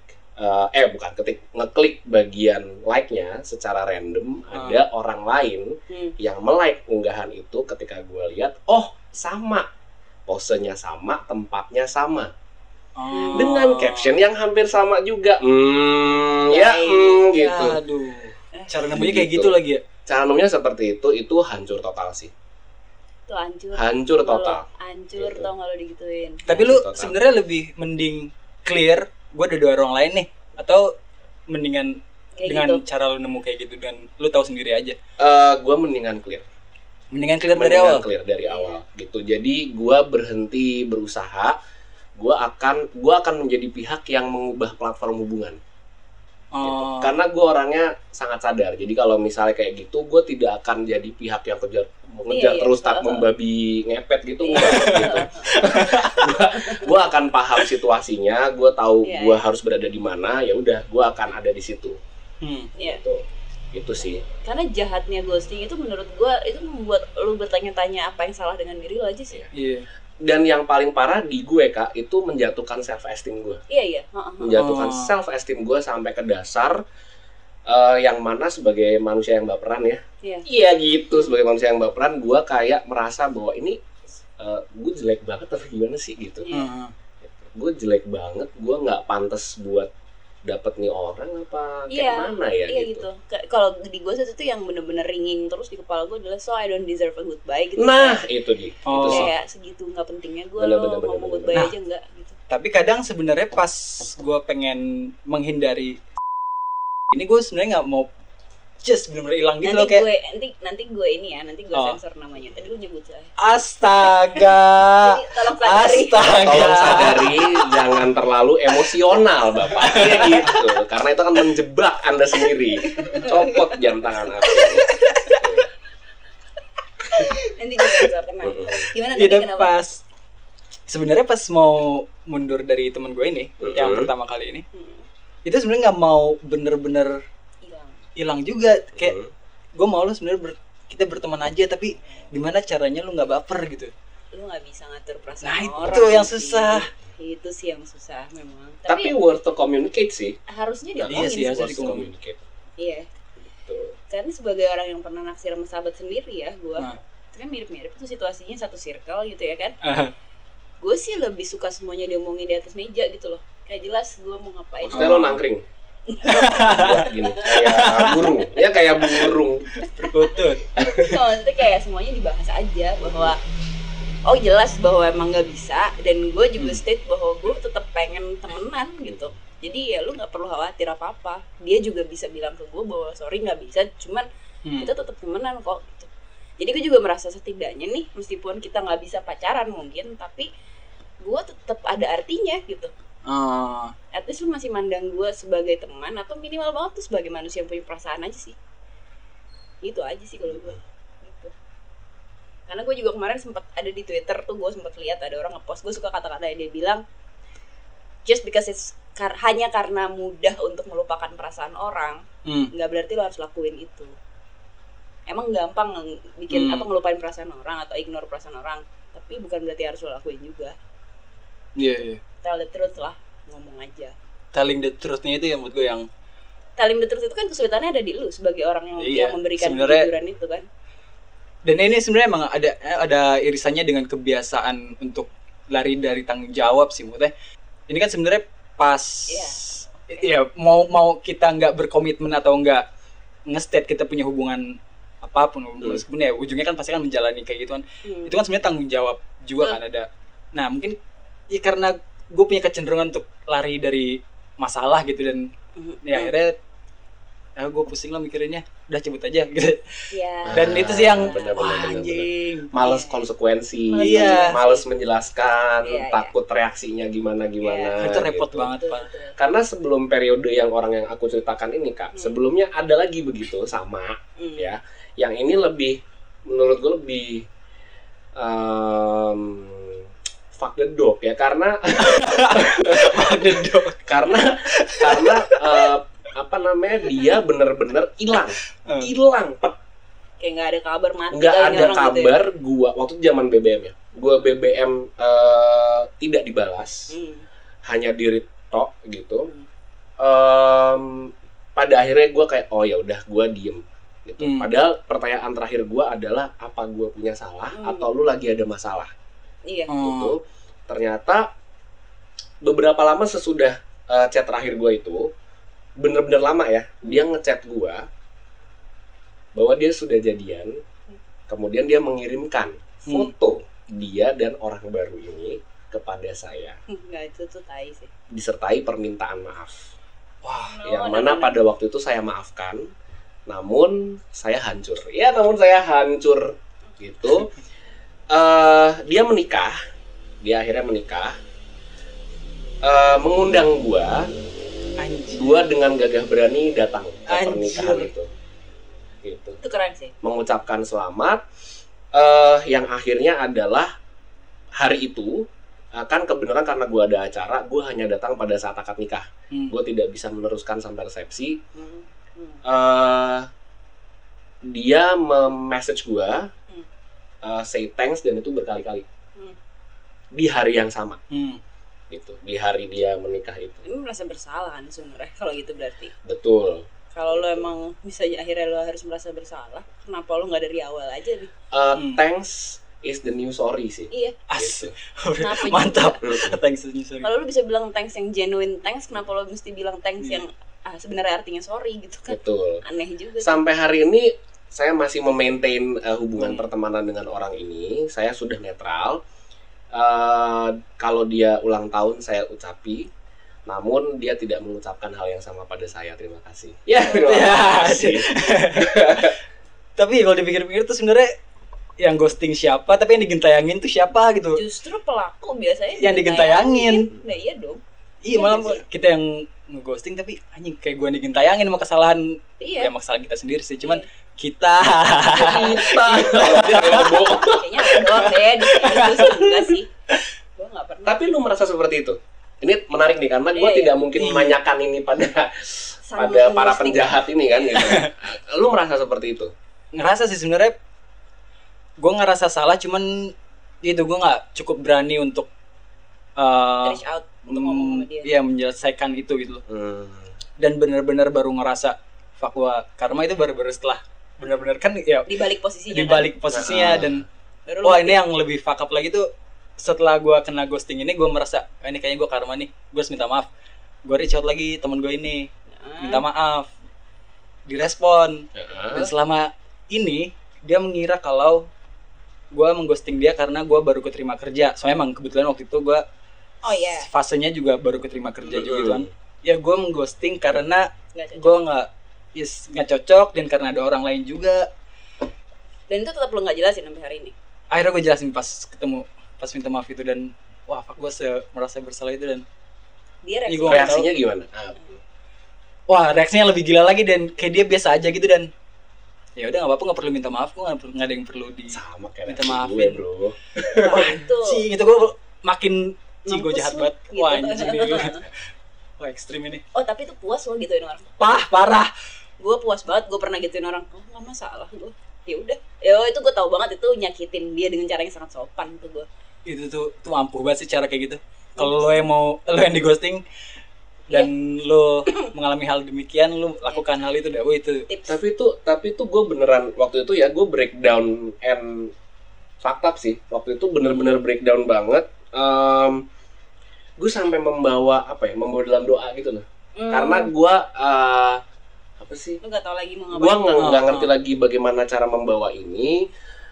ngeklik bagian like-nya secara random, ada orang lain yang melike unggahan itu. Ketika gue lihat, oh sama, posenya sama, tempatnya sama, dengan caption yang hampir sama juga. Gitu. Aduh. Cara nemunya kayak gitu lagi ya? Cara nemunya seperti itu hancur total sih. Itu Hancur total. Hancur tau kalau digituin. Tapi lu sebenarnya lebih mending clear, gue ada 2 orang lain nih, atau mendingan Kayak dengan gitu. cara lu nemu kayak gitu dan lu tahu sendiri aja? Gue mendingan clear. Mendingan clear dari awal. Clear dari awal gitu. Jadi gue berhenti berusaha. Gue akan menjadi pihak yang mengubah platform hubungan. Gitu. Karena gue orangnya sangat sadar. Jadi kalau misalnya kayak gitu, gue tidak akan jadi pihak yang mengejar terus tak membabi ngepet gitu. Enggak gitu. Gue akan paham situasinya. Gue tahu gue harus berada di mana. Ya udah, gue akan ada di situ. Gitu. Itu sih. Karena jahatnya ghosting itu menurut gue itu membuat lu bertanya-tanya apa yang salah dengan diri lu aja sih. Iya. Dan yang paling parah di gue, Kak, itu menjatuhkan self esteem gue. Iya. Menjatuhkan self esteem gue sampai ke dasar, yang mana sebagai manusia yang baperan ya. Iya gitu, sebagai manusia yang baperan, gue kayak merasa bahwa ini gue jelek banget atau gimana sih gitu. Gue jelek banget, gue nggak pantas buat dapet nih orang apa kayak mana ya gitu. Kalau di gue itu yang bener-bener ringing terus di kepala gue adalah so I don't deserve a goodbye gitu. Nah itu di itu sih. Kayak segitu nggak pentingnya gue lo ngomong goodbye aja nggak gitu. Tapi kadang sebenarnya pas gue pengen menghindari ini, gue sebenarnya nggak mau just benar-benar hilang gitu loh kayak. Nanti gue ini ya, nanti gue sensor namanya. Tadi lu nyebut saya. Astaga. Jadi Tolong sadari, jangan terlalu emosional Bapak. Ya gitu. Karena itu akan menjebak Anda sendiri. Copot jam tangan aku. Nanti gue sensor tenang. Gimana Iya, tadi kenapa? Sebenarnya pas mau mundur dari teman gue ini, yang pertama kali ini, itu sebenarnya nggak mau bener-bener hilang juga, kayak gue mau lu sebenarnya kita berteman aja, tapi gimana caranya lu nggak baper gitu. Lu nggak bisa ngatur perasaan Nah orang. itu yang susah. Itu sih yang susah memang. Tapi worth to communicate sih. Harusnya Iya diomongin sih, harusnya Worth to communicate. Iya. Gitu. Karena sebagai orang yang pernah naksir sama sahabat sendiri ya, gue itu kan mirip-mirip tuh situasinya, satu circle gitu ya kan. Gue sih lebih suka semuanya diomongin di atas meja gitu loh. Kayak jelas gue mau ngapain. Maksudnya lo nangkring? Gini, kayak burung. Ya kayak burung. Berkutut. Maksudnya kayak semuanya dibahas aja bahwa oh jelas bahwa emang nggak bisa, dan gue juga state bahwa gue tetap pengen temenan gitu. Jadi ya lu nggak perlu khawatir apa-apa. Dia juga bisa bilang ke gue bahwa sorry nggak bisa, cuman kita tetap temenan kok gitu. Jadi gue juga merasa setidaknya nih, meskipun kita nggak bisa pacaran mungkin, tapi gue tetap ada artinya gitu. At least lu masih mandang gue sebagai teman, atau minimal banget tuh sebagai manusia yang punya perasaan aja sih. Itu aja sih kalau gue gitu. Karena gue juga kemarin sempat ada di Twitter tuh, gue sempat lihat ada orang ngepost, gue suka kata-kata dia bilang just because it's hanya karena mudah untuk melupakan perasaan orang, nggak berarti lo harus lakuin itu. Emang gampang bikin apa ngelupain perasaan orang atau ignore perasaan orang, tapi bukan berarti harus lo lakuin juga. Iya. Tell the truth lah, ngomong aja. Telling the truth-nya itu yang menurut gue yang Telling the truth itu kan kesulitannya ada di lu sebagai orang yang, Iya, yang memberikan sebenarnya- kejujuran itu kan. dan ini sebenarnya emang ada irisannya dengan kebiasaan untuk lari dari tanggung jawab sih menurutnya. Ini kan sebenarnya pas ya mau kita nggak berkomitmen atau nggak nge-state kita punya hubungan apapun, meskipun ya ujungnya kan pasti kan menjalani kayak gitu kan. Itu kan sebenarnya tanggung jawab juga kan ada. Nah mungkin ya karena gue punya kecenderungan untuk lari dari masalah gitu, dan ya akhirnya gue pusing lah mikirinnya, udah cabut aja gitu. Iya. Dan itu sih yang benar-benar. anjing males konsekuensi, Iya. males menjelaskan, Iya, takut reaksinya gimana Itu repot gitu. banget, Pak. Karena sebelum periode yang orang yang aku ceritakan ini Kak, sebelumnya ada lagi begitu sama ya. Yang ini lebih menurut gue lebih fuck the dog ya, karena karena apa namanya, dia bener-bener hilang Kayak nggak ada kabar mati nggak kali ada orang gitu ya. kabar. Gua waktu itu zaman BBM ya, gua BBM tidak dibalas, hanya di read tok gitu. Pada akhirnya gua kayak oh ya udah, gua diem gitu. Padahal pertanyaan terakhir gua adalah apa gua punya salah atau lu lagi ada masalah Iya. gitu. Ternyata beberapa lama sesudah chat terakhir gua itu, bener-bener lama ya, dia ngechat gua bahwa dia sudah jadian, kemudian dia mengirimkan foto dia dan orang baru ini kepada saya, Nggak, itu tuh tai sih. disertai permintaan maaf. Wah, Yang mana pada waktu itu saya maafkan, namun saya hancur. Ya, namun saya hancur gitu. Dia menikah, dia akhirnya menikah, mengundang gua dengan gagah berani datang ke pernikahan itu. Gitu. Itu keren sih. Mengucapkan selamat, yang akhirnya adalah hari itu kan kebenaran karena gue ada acara, gue hanya datang pada saat akad nikah. Gue tidak bisa meneruskan sampai resepsi. Dia message gue, say thanks, dan itu berkali-kali di hari yang sama. Gitu, di hari dia menikah itu. Ini merasa bersalah kan sebenarnya kalau gitu berarti. Betul. Kalau lo emang bisa akhirnya lo harus merasa bersalah, kenapa lo nggak dari awal aja nih? Thanks is the new sorry sih. Iya. Asik. Kenapa Mantap. juga? Thanks sorry. Kalau lo bisa bilang thanks yang genuine thanks, kenapa lo mesti bilang thanks yang sebenarnya artinya sorry gitu kan? Betul. Aneh juga. Sampai hari ini saya masih memaintain hubungan pertemanan dengan orang ini. Saya sudah netral. Kalau dia ulang tahun saya ucapi, namun dia tidak mengucapkan hal yang sama pada saya. Terima kasih. Ya, terima kasih. Tapi kalau dipikir-pikir tuh sebenarnya yang ghosting siapa, tapi yang digentayangin tuh siapa gitu. Justru pelaku biasanya Yang digentayangin. Nah, iya dong. Iya, malah kita yang ngeghosting tapi anjing kayak gue digentayangin sama kesalahan. Iya. Ya sama kesalahan kita sendiri sih, cuman kita Kayaknya ada doang deh di situ sih, enggak sih. Gue nggak pernah. Tapi lu merasa seperti itu? Ini menarik nih, karena gue Iya, tidak mungkin menanyakan ini pada para penjahat ini kan gitu. Lu merasa seperti itu? ngerasa sih sebenarnya gue ngerasa salah, cuman itu gue nggak cukup berani untuk reach out untuk ngomong sama dia. ya menyelesaikan itu gitu loh. Dan benar-benar baru ngerasa fuck, gua karma itu baru-baru setelah benar-benar kan ya Di balik posisinya. di balik posisinya dan Baru wah lu- ini yang lebih fuck up lagi tuh setelah gue kena ghosting ini, gue merasa ini kayaknya gue karma nih, gue harus minta maaf. Gue reach out lagi temen gue ini, minta maaf, direspon. Dan selama ini dia mengira kalau gue mengghosting dia karena gue baru keterima kerja. Soalnya emang kebetulan waktu itu gue Oh iya. fasenya juga baru keterima kerja juga gitu kan. Ya gue mengghosting karena Nggak cocok. gue nggak cocok dan karena ada orang lain juga. Dan itu tetap lo nggak jelasin sampai hari ini. Akhirnya gue jelasin pas ketemu, pas minta maaf itu, dan wah fuck, gue merasa bersalah itu. Dan Dia Ini reaksi. gua- Reaksinya gimana? wah reaksinya lebih gila lagi, dan kayak dia biasa aja gitu. Dan ya udah nggak apa-apa, nggak perlu minta maaf, gue nggak ada yang perlu di Sama kayak minta reaksi maafin. gue, bro. Wah, itu. sih gitu. Gue makin gue Mampus jahat lu, banget. gitu. Wah anjing nih gua. Wah ekstrim ini. Oh tapi itu puas lo gituin orang. Parah. Gue puas banget, gue pernah gituin orang. Oh nggak masalah gue. Ya udah. Ya itu gue tahu banget itu nyakitin dia dengan cara yang sangat sopan tuh gue. Itu tuh ampuh banget sih cara kayak gitu. Kalau lo yang di ghosting dan lo mengalami hal demikian, lo lakukan hal itu dah. Wah itu Tips. Tapi itu gue beneran waktu itu ya, gue breakdown and fucked up sih. Waktu itu bener-bener breakdown banget. Gue sampai membawa dalam doa gitu loh. Karena gue apa sih? Lo nggak tahu lagi mau Gue ngapain. nggak ngerti lagi bagaimana cara membawa ini.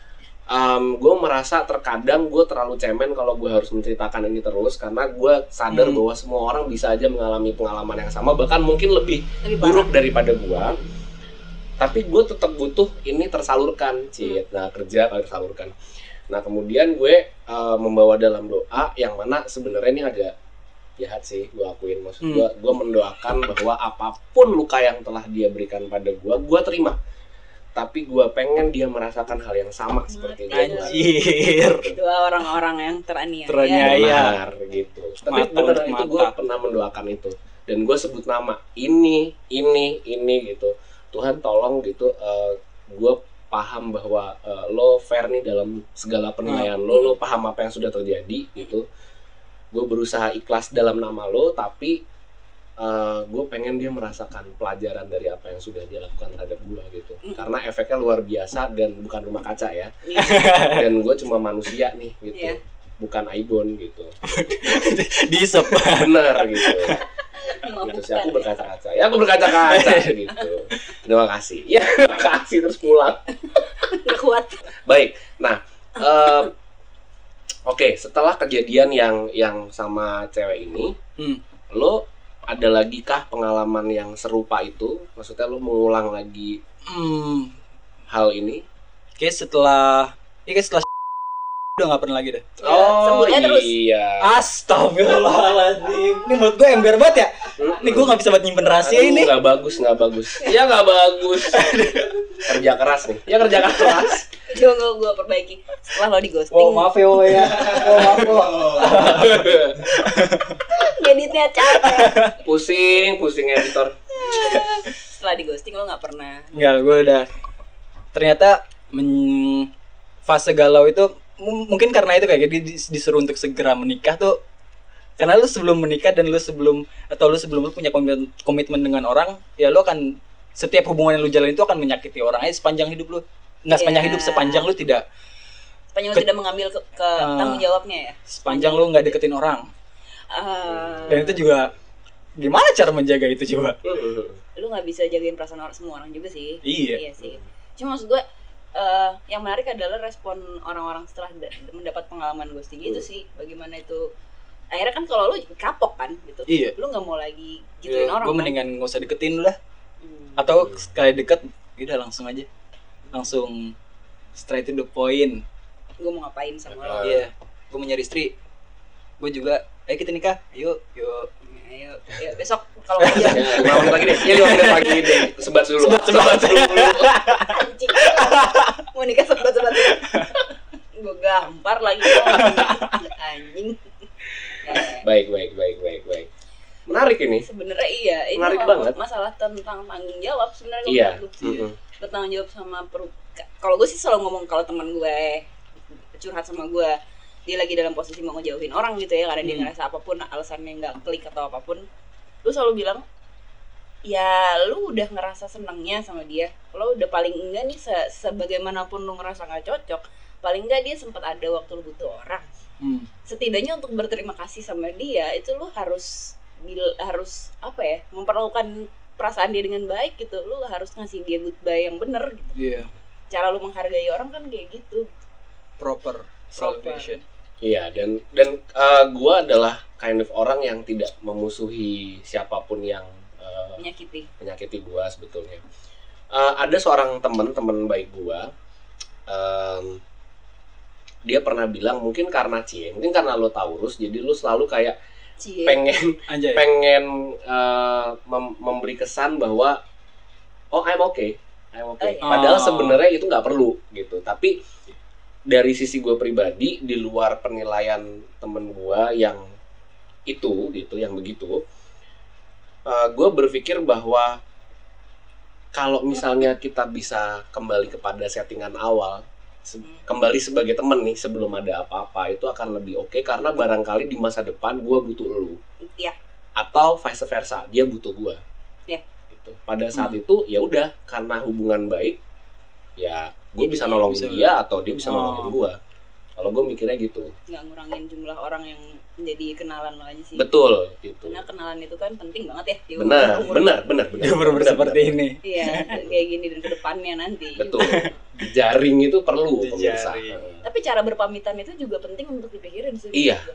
Gue merasa terkadang gue terlalu cemen kalau gue harus menceritakan ini terus, karena gue sadar bahwa semua orang bisa aja mengalami pengalaman yang sama, bahkan mungkin lebih Lebih buruk daripada gue. tapi gue tetap butuh ini tersalurkan, nah kerja kali tersalurkan. Nah kemudian gue membawa dalam doa yang mana sebenarnya ini agak jahat sih, gue akuin. Maksud gue mendoakan bahwa apapun luka yang telah dia berikan pada gue terima. Tapi gue pengen dia merasakan hal yang sama seperti dia. Anjir. Dua orang-orang yang teraniaya. Benar gitu. Tapi Mata benar untuk itu gue mata. pernah mendoakan itu. Dan gue sebut nama ini gitu. Tuhan tolong gitu, gue paham bahwa lo fair nih dalam segala penilaian lo paham apa yang sudah terjadi gitu. Gue berusaha ikhlas dalam nama lo, tapi gue pengen dia merasakan pelajaran dari apa yang sudah dia lakukan terhadap gue gitu. Karena efeknya luar biasa dan bukan rumah kaca ya. Dan gue cuma manusia nih gitu. Bukan Aibon gitu. Diisep. Bener gitu. Gitu sih, aku berkaca-kaca. Ya aku berkaca-kaca gitu. Terima kasih. Ya terima kasih terus pulang. Nggak kuat. Baik. Nah, oke, setelah kejadian yang sama cewek ini, lo ada lagi kah pengalaman yang serupa itu? Maksudnya lo mengulang lagi hal ini? Kayak setelah udah nggak pernah lagi deh. Oh sebutnya terus. iya. Astagfirullahaladzim. Ini menurut gue ember banget ya. Ini gue nggak bisa buat nyimpen rahasia ini. Nggak bagus. Ya nggak bagus. Kerja keras nih. Ya kerja keras. Coba gue perbaiki setelah lo di ghosting. Maaf ya. Maaf Ngeditnya capek. Pusing editor. Setelah di ghosting lo nggak pernah. Enggak, gue udah ternyata fase galau itu mungkin karena itu kayak disuruh untuk segera menikah tuh, karena lu sebelum menikah dan lu sebelum lu punya komitmen dengan orang, ya lu akan setiap hubungan yang lu jalani itu akan menyakiti orang aja sepanjang hidup lu. Nggak sepanjang hidup, sepanjang lu tidak tidak mengambil ke tanggung jawabnya ya. Sepanjang lu nggak deketin orang. Dan itu juga gimana cara menjaga itu coba? Lu nggak bisa jagain perasaan semua orang juga sih. Iya sih. Cuma maksud gue yang menarik adalah respon orang-orang setelah mendapat pengalaman ghosting itu sih. Bagaimana itu akhirnya kan kalau lu kapok kan gitu. Iya. Lu nggak mau lagi gituin orang. Gue mendingan nggak usah deketin lah. Atau sekali deket udah langsung aja, langsung straight to the point. Gue mau ngapain sama lo? Iya, gue mau nyari istri. Gue juga, ayo kita nikah, yuk. Ayo besok kalau kerja. 5 menit lagi deh. Ya 5 menit lagi deh. Sebat dulu. Anjing. Mau nikah sebat. Gue gampar lagi. Anjing. Baik. Menarik ini. Sebenarnya iya, ini Menarik banget. masalah tentang tanggung jawab sebenarnya. Iya. Bertanggung jawab sama kalau gue sih selalu ngomong kalau teman gue curhat sama gue, dia lagi dalam posisi mau ngejauhin orang gitu ya, karena dia ngerasa apapun alasannya nggak klik atau apapun, lu selalu bilang ya lu udah ngerasa senangnya sama dia, lo udah paling enggak nih sebagaimanapun lu ngerasa nggak cocok, paling enggak dia sempat ada waktu lu butuh orang. Setidaknya untuk berterima kasih sama dia itu lu harus apa ya, memperlakukan perasaan dia dengan baik gitu. Lu harus ngasih dia goodbye yang bener gitu. Iya. Cara lu menghargai orang kan kayak gitu. Proper salvation. Iya, dan gue adalah kind of orang yang tidak memusuhi siapapun yang menyakiti gue sebetulnya. Ada seorang teman baik gue, dia pernah bilang mungkin karena lo Taurus, jadi lo selalu kayak pengen memberi kesan bahwa I'm okay. Padahal sebenarnya itu nggak perlu gitu. Tapi dari sisi gue pribadi, di luar penilaian temen gue yang itu gitu, yang begitu, gue berpikir bahwa kalau misalnya kita bisa kembali kepada settingan awal, kembali sebagai temen nih sebelum ada apa-apa, itu akan lebih oke, karena barangkali di masa depan gue butuh lu, atau vice versa, dia butuh gue. Gitu. Pada saat itu ya udah, karena hubungan baik, ya gue bisa nolongin dia atau dia bisa nolongin gue. Kalau gue mikirnya gitu. Nggak ngurangin jumlah orang yang jadi kenalan lo aja sih. Betul gitu. Karena kenalan itu kan penting banget ya. Benar. Umur seperti ini. Iya, kayak gini dan kedepannya nanti. Betul. Jaring itu perlu pemirsa. Tapi cara berpamitan itu juga penting untuk dipikirin sih. Iya.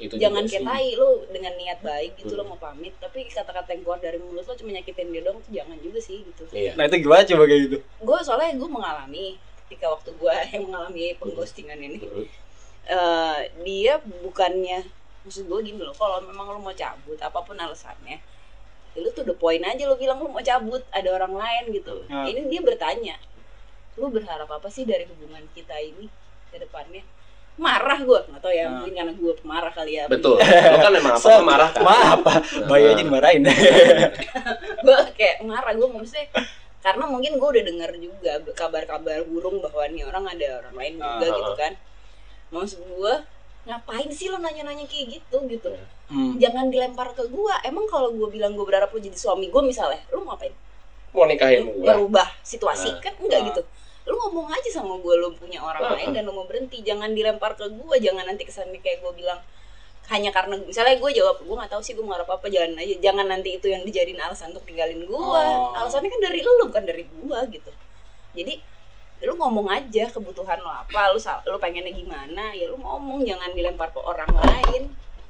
itu jangan juga kayak sih. tai lu dengan niat baik gitu lo mau pamit, tapi kata-kata yang keluar dari mulut lo cuma nyakitin dia doang, tuh jangan juga sih gitu. Iya. Nah itu gimana coba kayak gitu? Gue soalnya gue mengalami ketika waktu gue yang mengalami pengghostingan ini, dia bukannya, maksud gue gini loh, kalau memang lo mau cabut apapun alasannya, ya lu tuh the point aja, lo bilang lo mau cabut, ada orang lain gitu. Ini dia bertanya, lu berharap apa sih dari hubungan kita ini ke depannya? Marah gue, nggak tau ya, mungkin karena gue pemarah kali ya. Betul. Lo kan emang apa marah kan? Apa? Bayi aja dimarahin. Gue kayak marah, gue maksudnya karena mungkin gue udah dengar juga kabar-kabar burung bahwa nih orang ada orang lain juga gitu kan. Maksud gue, ngapain sih lo nanya-nanya kayak gitu. Jangan dilempar ke gue. Emang kalau gue bilang gue berharap lo jadi suami gue misalnya, lo mau ngapain? Mau nikahin gue. Merubah situasi kan enggak gitu. Lu ngomong aja sama gue lu punya orang lain dan lu mau berhenti, jangan dilempar ke gue, jangan nanti kesannya kayak gue bilang hanya karena misalnya gue jawab gue nggak tahu sih gue mengharap apa, jangan nanti itu yang dijadiin alasan untuk tinggalin gue. Alasannya kan dari lu bukan dari gue gitu. Jadi lu ngomong aja kebutuhan lo apa, lu pengennya gimana, ya lu ngomong, jangan dilempar ke orang lain.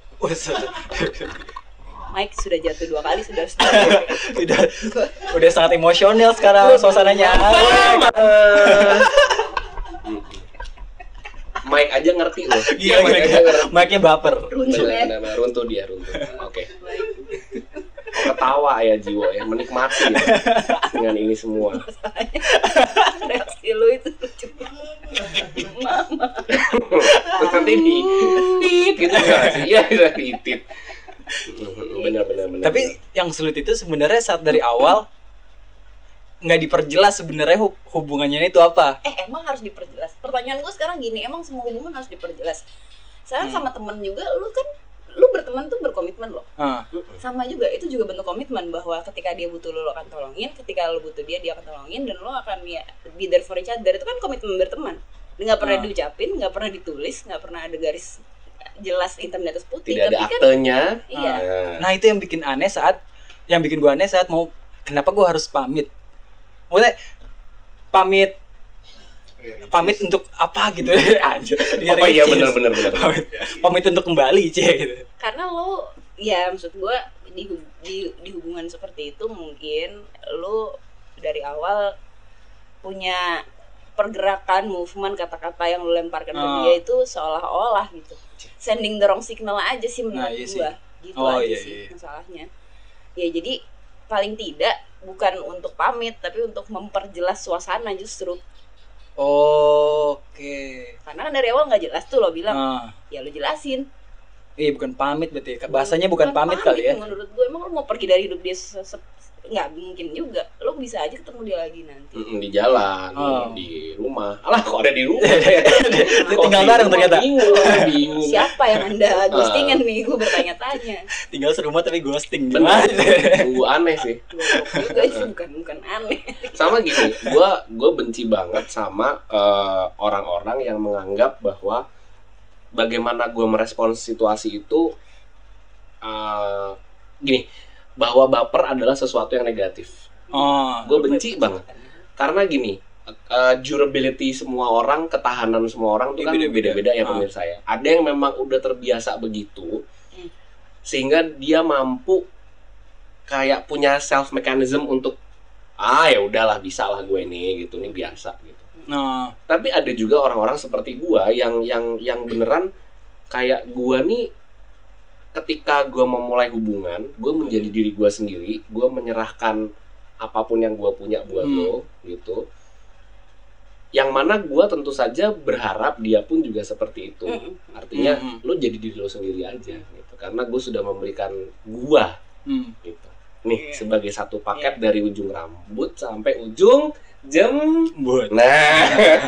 Mike sudah jatuh 2 kali sudah udah sangat emosional sekarang suasananya. Mike aja ngerti loh. Gila. Mike-nya baper. Benar, runtuh dia. Oke. Ketawa ya Jiwo ya, menikmati ya dengan ini semua. Reaksi lu itu lucu banget. Mama. Terus nanti ditit gitu nggak sih? Iya, ditit. Benar. Tapi yang sulit itu sebenarnya saat dari awal nggak diperjelas sebenarnya hubungannya itu apa. Emang harus diperjelas. Pertanyaan gue sekarang gini, emang semua hubungan harus diperjelas? Sekarang sama temen juga, lu berteman tuh berkomitmen loh. Sama juga, itu juga bentuk komitmen bahwa ketika dia butuh lu akan tolongin, ketika lu butuh dia akan tolongin, dan lu akan ya be there for each other. Itu kan komitmen berteman. Nggak pernah diucapin, nggak pernah ditulis, nggak pernah ada garis jelas hitam di atas putih. Tidak ada tapi aktenya. Kan, iya. Nah itu yang bikin gue aneh saat mau, kenapa gue harus pamit? Maksudnya pamit untuk apa gitu? Anjir. Oh iya benar. Pamit untuk kembali gitu. Karena lo, ya maksud gue di hubungan seperti itu mungkin lo dari awal punya pergerakan, movement, kata-kata yang lo lemparkan ke dia itu seolah-olah gitu, sending the wrong signal aja sih menurut gue. Gitu aja sih masalahnya. Ya jadi paling tidak bukan untuk pamit tapi untuk memperjelas suasana justru. Oke. Karena kan dari awal nggak jelas tuh lo bilang, ya lo jelasin. Bukan pamit berarti. Bahasanya bukan pamit kali ya. Menurut gue emang lo mau pergi dari hidup dia nggak mungkin juga. Lo bisa aja ketemu dia lagi nanti. Di jalan, di rumah. Alah kok ada di rumah? Tinggal bareng ternyata. Bingung. Siapa yang Anda ghostingan nih? Gue bertanya-tanya. Tinggal serumah tapi ghosting. Benar. Gue aneh sih. Juga sih bukan aneh. Sama gini, gue benci banget sama orang-orang yang menganggap bahwa bagaimana gue merespons situasi itu gini, bahwa baper adalah sesuatu yang negatif. Gue benci banget. Karena gini, durability semua orang, ketahanan semua orang itu kan beda-beda ya pemirsa ya. Ada yang memang udah terbiasa begitu, sehingga dia mampu kayak punya self mechanism untuk ya udahlah bisa lah gue ini gitu, ini biasa gitu. Tapi ada juga orang-orang seperti gue yang beneran kayak gue nih, ketika gue memulai hubungan, gue menjadi diri gue sendiri, gue menyerahkan apapun yang gue punya buat lo gitu. Yang mana gue tentu saja berharap dia pun juga seperti itu. Artinya lo jadi diri lo sendiri aja gitu. Karena gue sudah memberikan gue gitu. Nih sebagai satu paket dari ujung rambut sampai ujung jembut. Nah,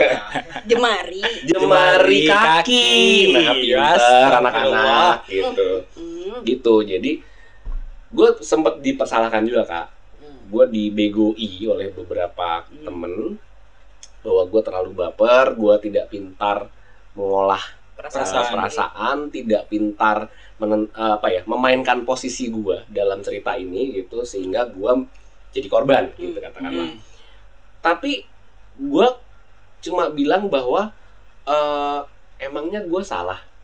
jemari kaki. Nah, pintar anak-anak gitu. Gitu. Jadi gue sempet dipersalahkan juga, Kak. Gue dibegoi oleh beberapa temen bahwa gue terlalu baper, gue tidak pintar mengolah perasaan, tidak pintar memainkan posisi gue dalam cerita ini gitu, sehingga gue jadi korban gitu katakanlah. Tapi gue cuma bilang bahwa emangnya gue salah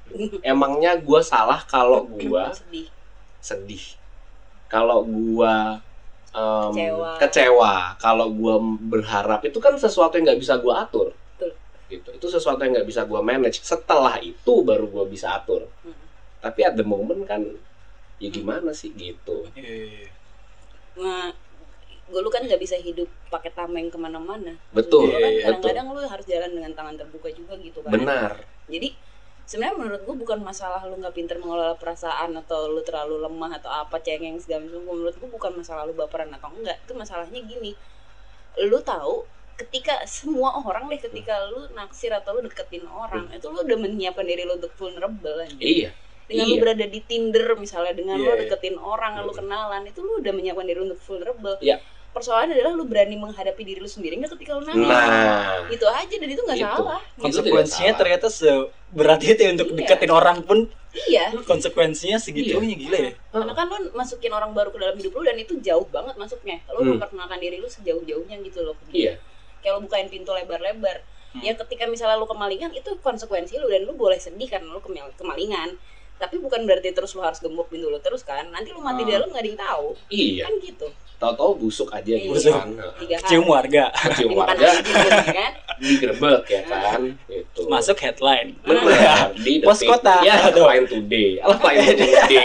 Emangnya gue salah kalau gue Sedih. sedih, kalau gue Kecewa. kecewa, kalau gue berharap, itu kan sesuatu yang nggak bisa gue atur. Betul. Gitu. Itu sesuatu yang nggak bisa gue manage. Setelah itu baru gue bisa atur. Tapi at the moment kan, ya gimana sih gitu. Nah, gue lu kan nggak bisa hidup pakai tameng kemana-mana. Betul, Lu kan betul. kadang-kadang lu harus jalan dengan tangan terbuka juga gitu kan. Benar. Jadi sebenarnya menurut gue bukan masalah lu nggak pintar mengelola perasaan atau lu terlalu lemah atau apa cengeng segala macam. Menurut gue bukan masalah lu baperan atau enggak. Itu masalahnya gini, lu tahu ketika semua orang deh, ketika lu naksir atau lu deketin orang, itu lu udah menyiapkan diri lu untuk vulnerable aja. Iya. Dengan lu berada di Tinder misalnya, dengan lu Iya. deketin orang, lu kenalan, itu lu udah menyiapkan diri untuk vulnerable. Iya. Persoalannya adalah lu berani menghadapi diri lu sendiri nggak ketika lu nangis. Nah, Itu aja, dan itu nggak Itu. salah. Konsekuensinya salah. ternyata seberat itu ya, untuk Iya. deketin orang pun Iya. konsekuensinya segitunya, gila ya. Karena kan lu masukin orang baru ke dalam hidup lu dan itu jauh banget masuknya. Lu memperkenalkan diri lu sejauh-jauhnya gitu loh. iya. Kayak lu bukain pintu lebar-lebar. Ya ketika misalnya lu kemalingan, itu konsekuensi lu, dan lu boleh sedih karena lu kemalingan. Tapi bukan berarti terus lu harus gembok pintu lu terus kan. Nanti lu mati di dalam nggak ada yang tahu. Iya. Kan gitu. Tahu-tahu busuk aja gitu Iya. kan. 3 hari. Cium warga. Cium Dimakan warga, anjing gitu kan. digerebek ya kan. Itu. Masuk headline. Benar, di Pos detik. kota. Ya, Aduh. Line Today. Line Today.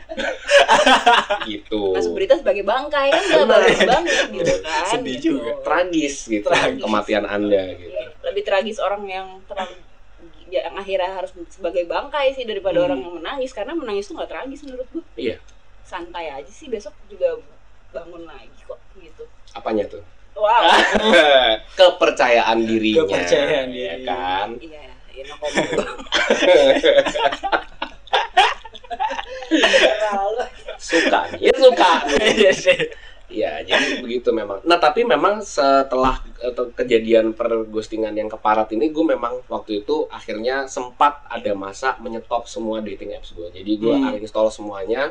Gitu. Masuk berita sebagai bangkai kan nggak bagus banget gitu kan. Sedih gitu. juga. Tragis gitu Tragis. kematian Anda gitu. Iya, lebih tragis orang yang terlalu yang akhirnya harus sebagai bangkai sih daripada orang yang menangis, karena menangis tuh nggak tragis menurut gue. Iya. Santai aja sih, besok juga bangun lagi kok gitu. Apanya tuh? Wow. Kepercayaan dirinya. Kepercayaan ya diri. kan. Iya, ya no comment. Suka nih. Ya suka. Iya sih. Ya, jadi begitu memang. Nah, tapi memang setelah kejadian perghostingan yang keparat ini, gue memang waktu itu akhirnya sempat ada masa menyetop semua dating apps gue. Jadi gue uninstall semuanya.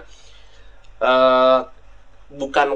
Bukan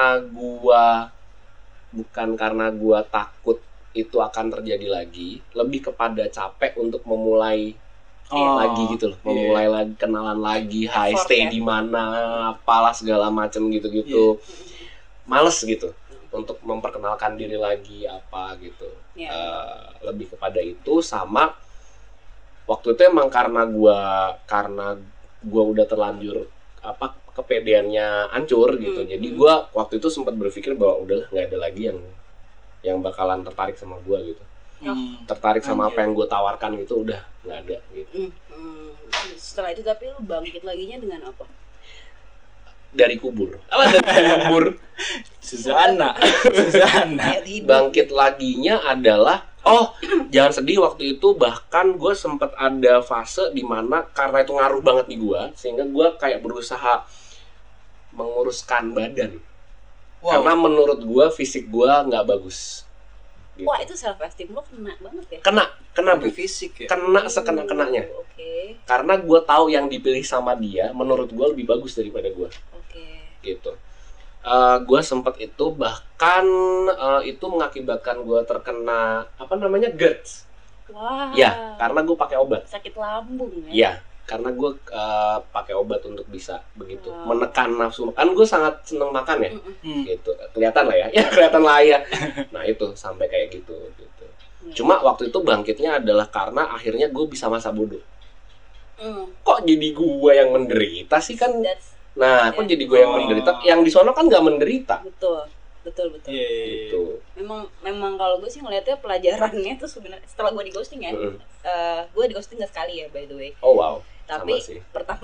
karena gue takut itu akan terjadi lagi, lebih kepada capek untuk memulai lagi gitu loh, memulai lagi, kenalan lagi, hi, Effort, stay ya. di mana, apalah segala macam gitu-gitu. Males gitu untuk memperkenalkan diri lagi apa gitu. Iya. Lebih kepada itu, sama waktu itu emang karena gua udah terlanjur kepedeannya hancur gitu. Jadi gua waktu itu sempat berpikir bahwa udahlah, nggak ada lagi yang bakalan tertarik sama gua gitu. Tertarik sama apa yang gue tawarkan gitu, udah nggak ada gitu. Setelah itu tapi lu bangkit laginya dengan apa? Dari kubur. Dari kubur. Susana. Kayak hidup. Bangkit laginya adalah, jangan sedih, waktu itu bahkan gue sempet ada fase dimana karena itu ngaruh banget di gue, sehingga gue kayak berusaha menguruskan badan. Karena menurut gue fisik gue nggak bagus. Gitu. Wah, itu self esteem lo kena banget ya. Kena Bu. Fisik ya. Kena sekena-kenanya. Oke. Karena gue tahu yang dipilih sama dia menurut gue lebih bagus daripada gue. Oke. Gitu. Gue sempet itu bahkan itu mengakibatkan gue terkena GERD. Wah. Ya, karena gue pakai obat. Sakit lambung ya. Iya, karena gue pakai obat untuk bisa begitu menekan nafsu. Kan gue sangat seneng makan ya, gitu. Kelihatan lah ya, kelihatan lah ya. Nah itu sampai kayak gitu. Cuma waktu itu bangkitnya adalah karena akhirnya gue bisa masa bodoh. Kok jadi gue yang menderita sih kan? Nah, kok jadi gue yang menderita? Yang di sono kan nggak menderita. Betul. Gitu. Memang kalau gue sih ngelihatnya pelajarannya tuh sebenarnya setelah gue di ghosting ya. Gue di ghosting nggak sekali ya, by the way. Oh wow. Tapi Sama sih.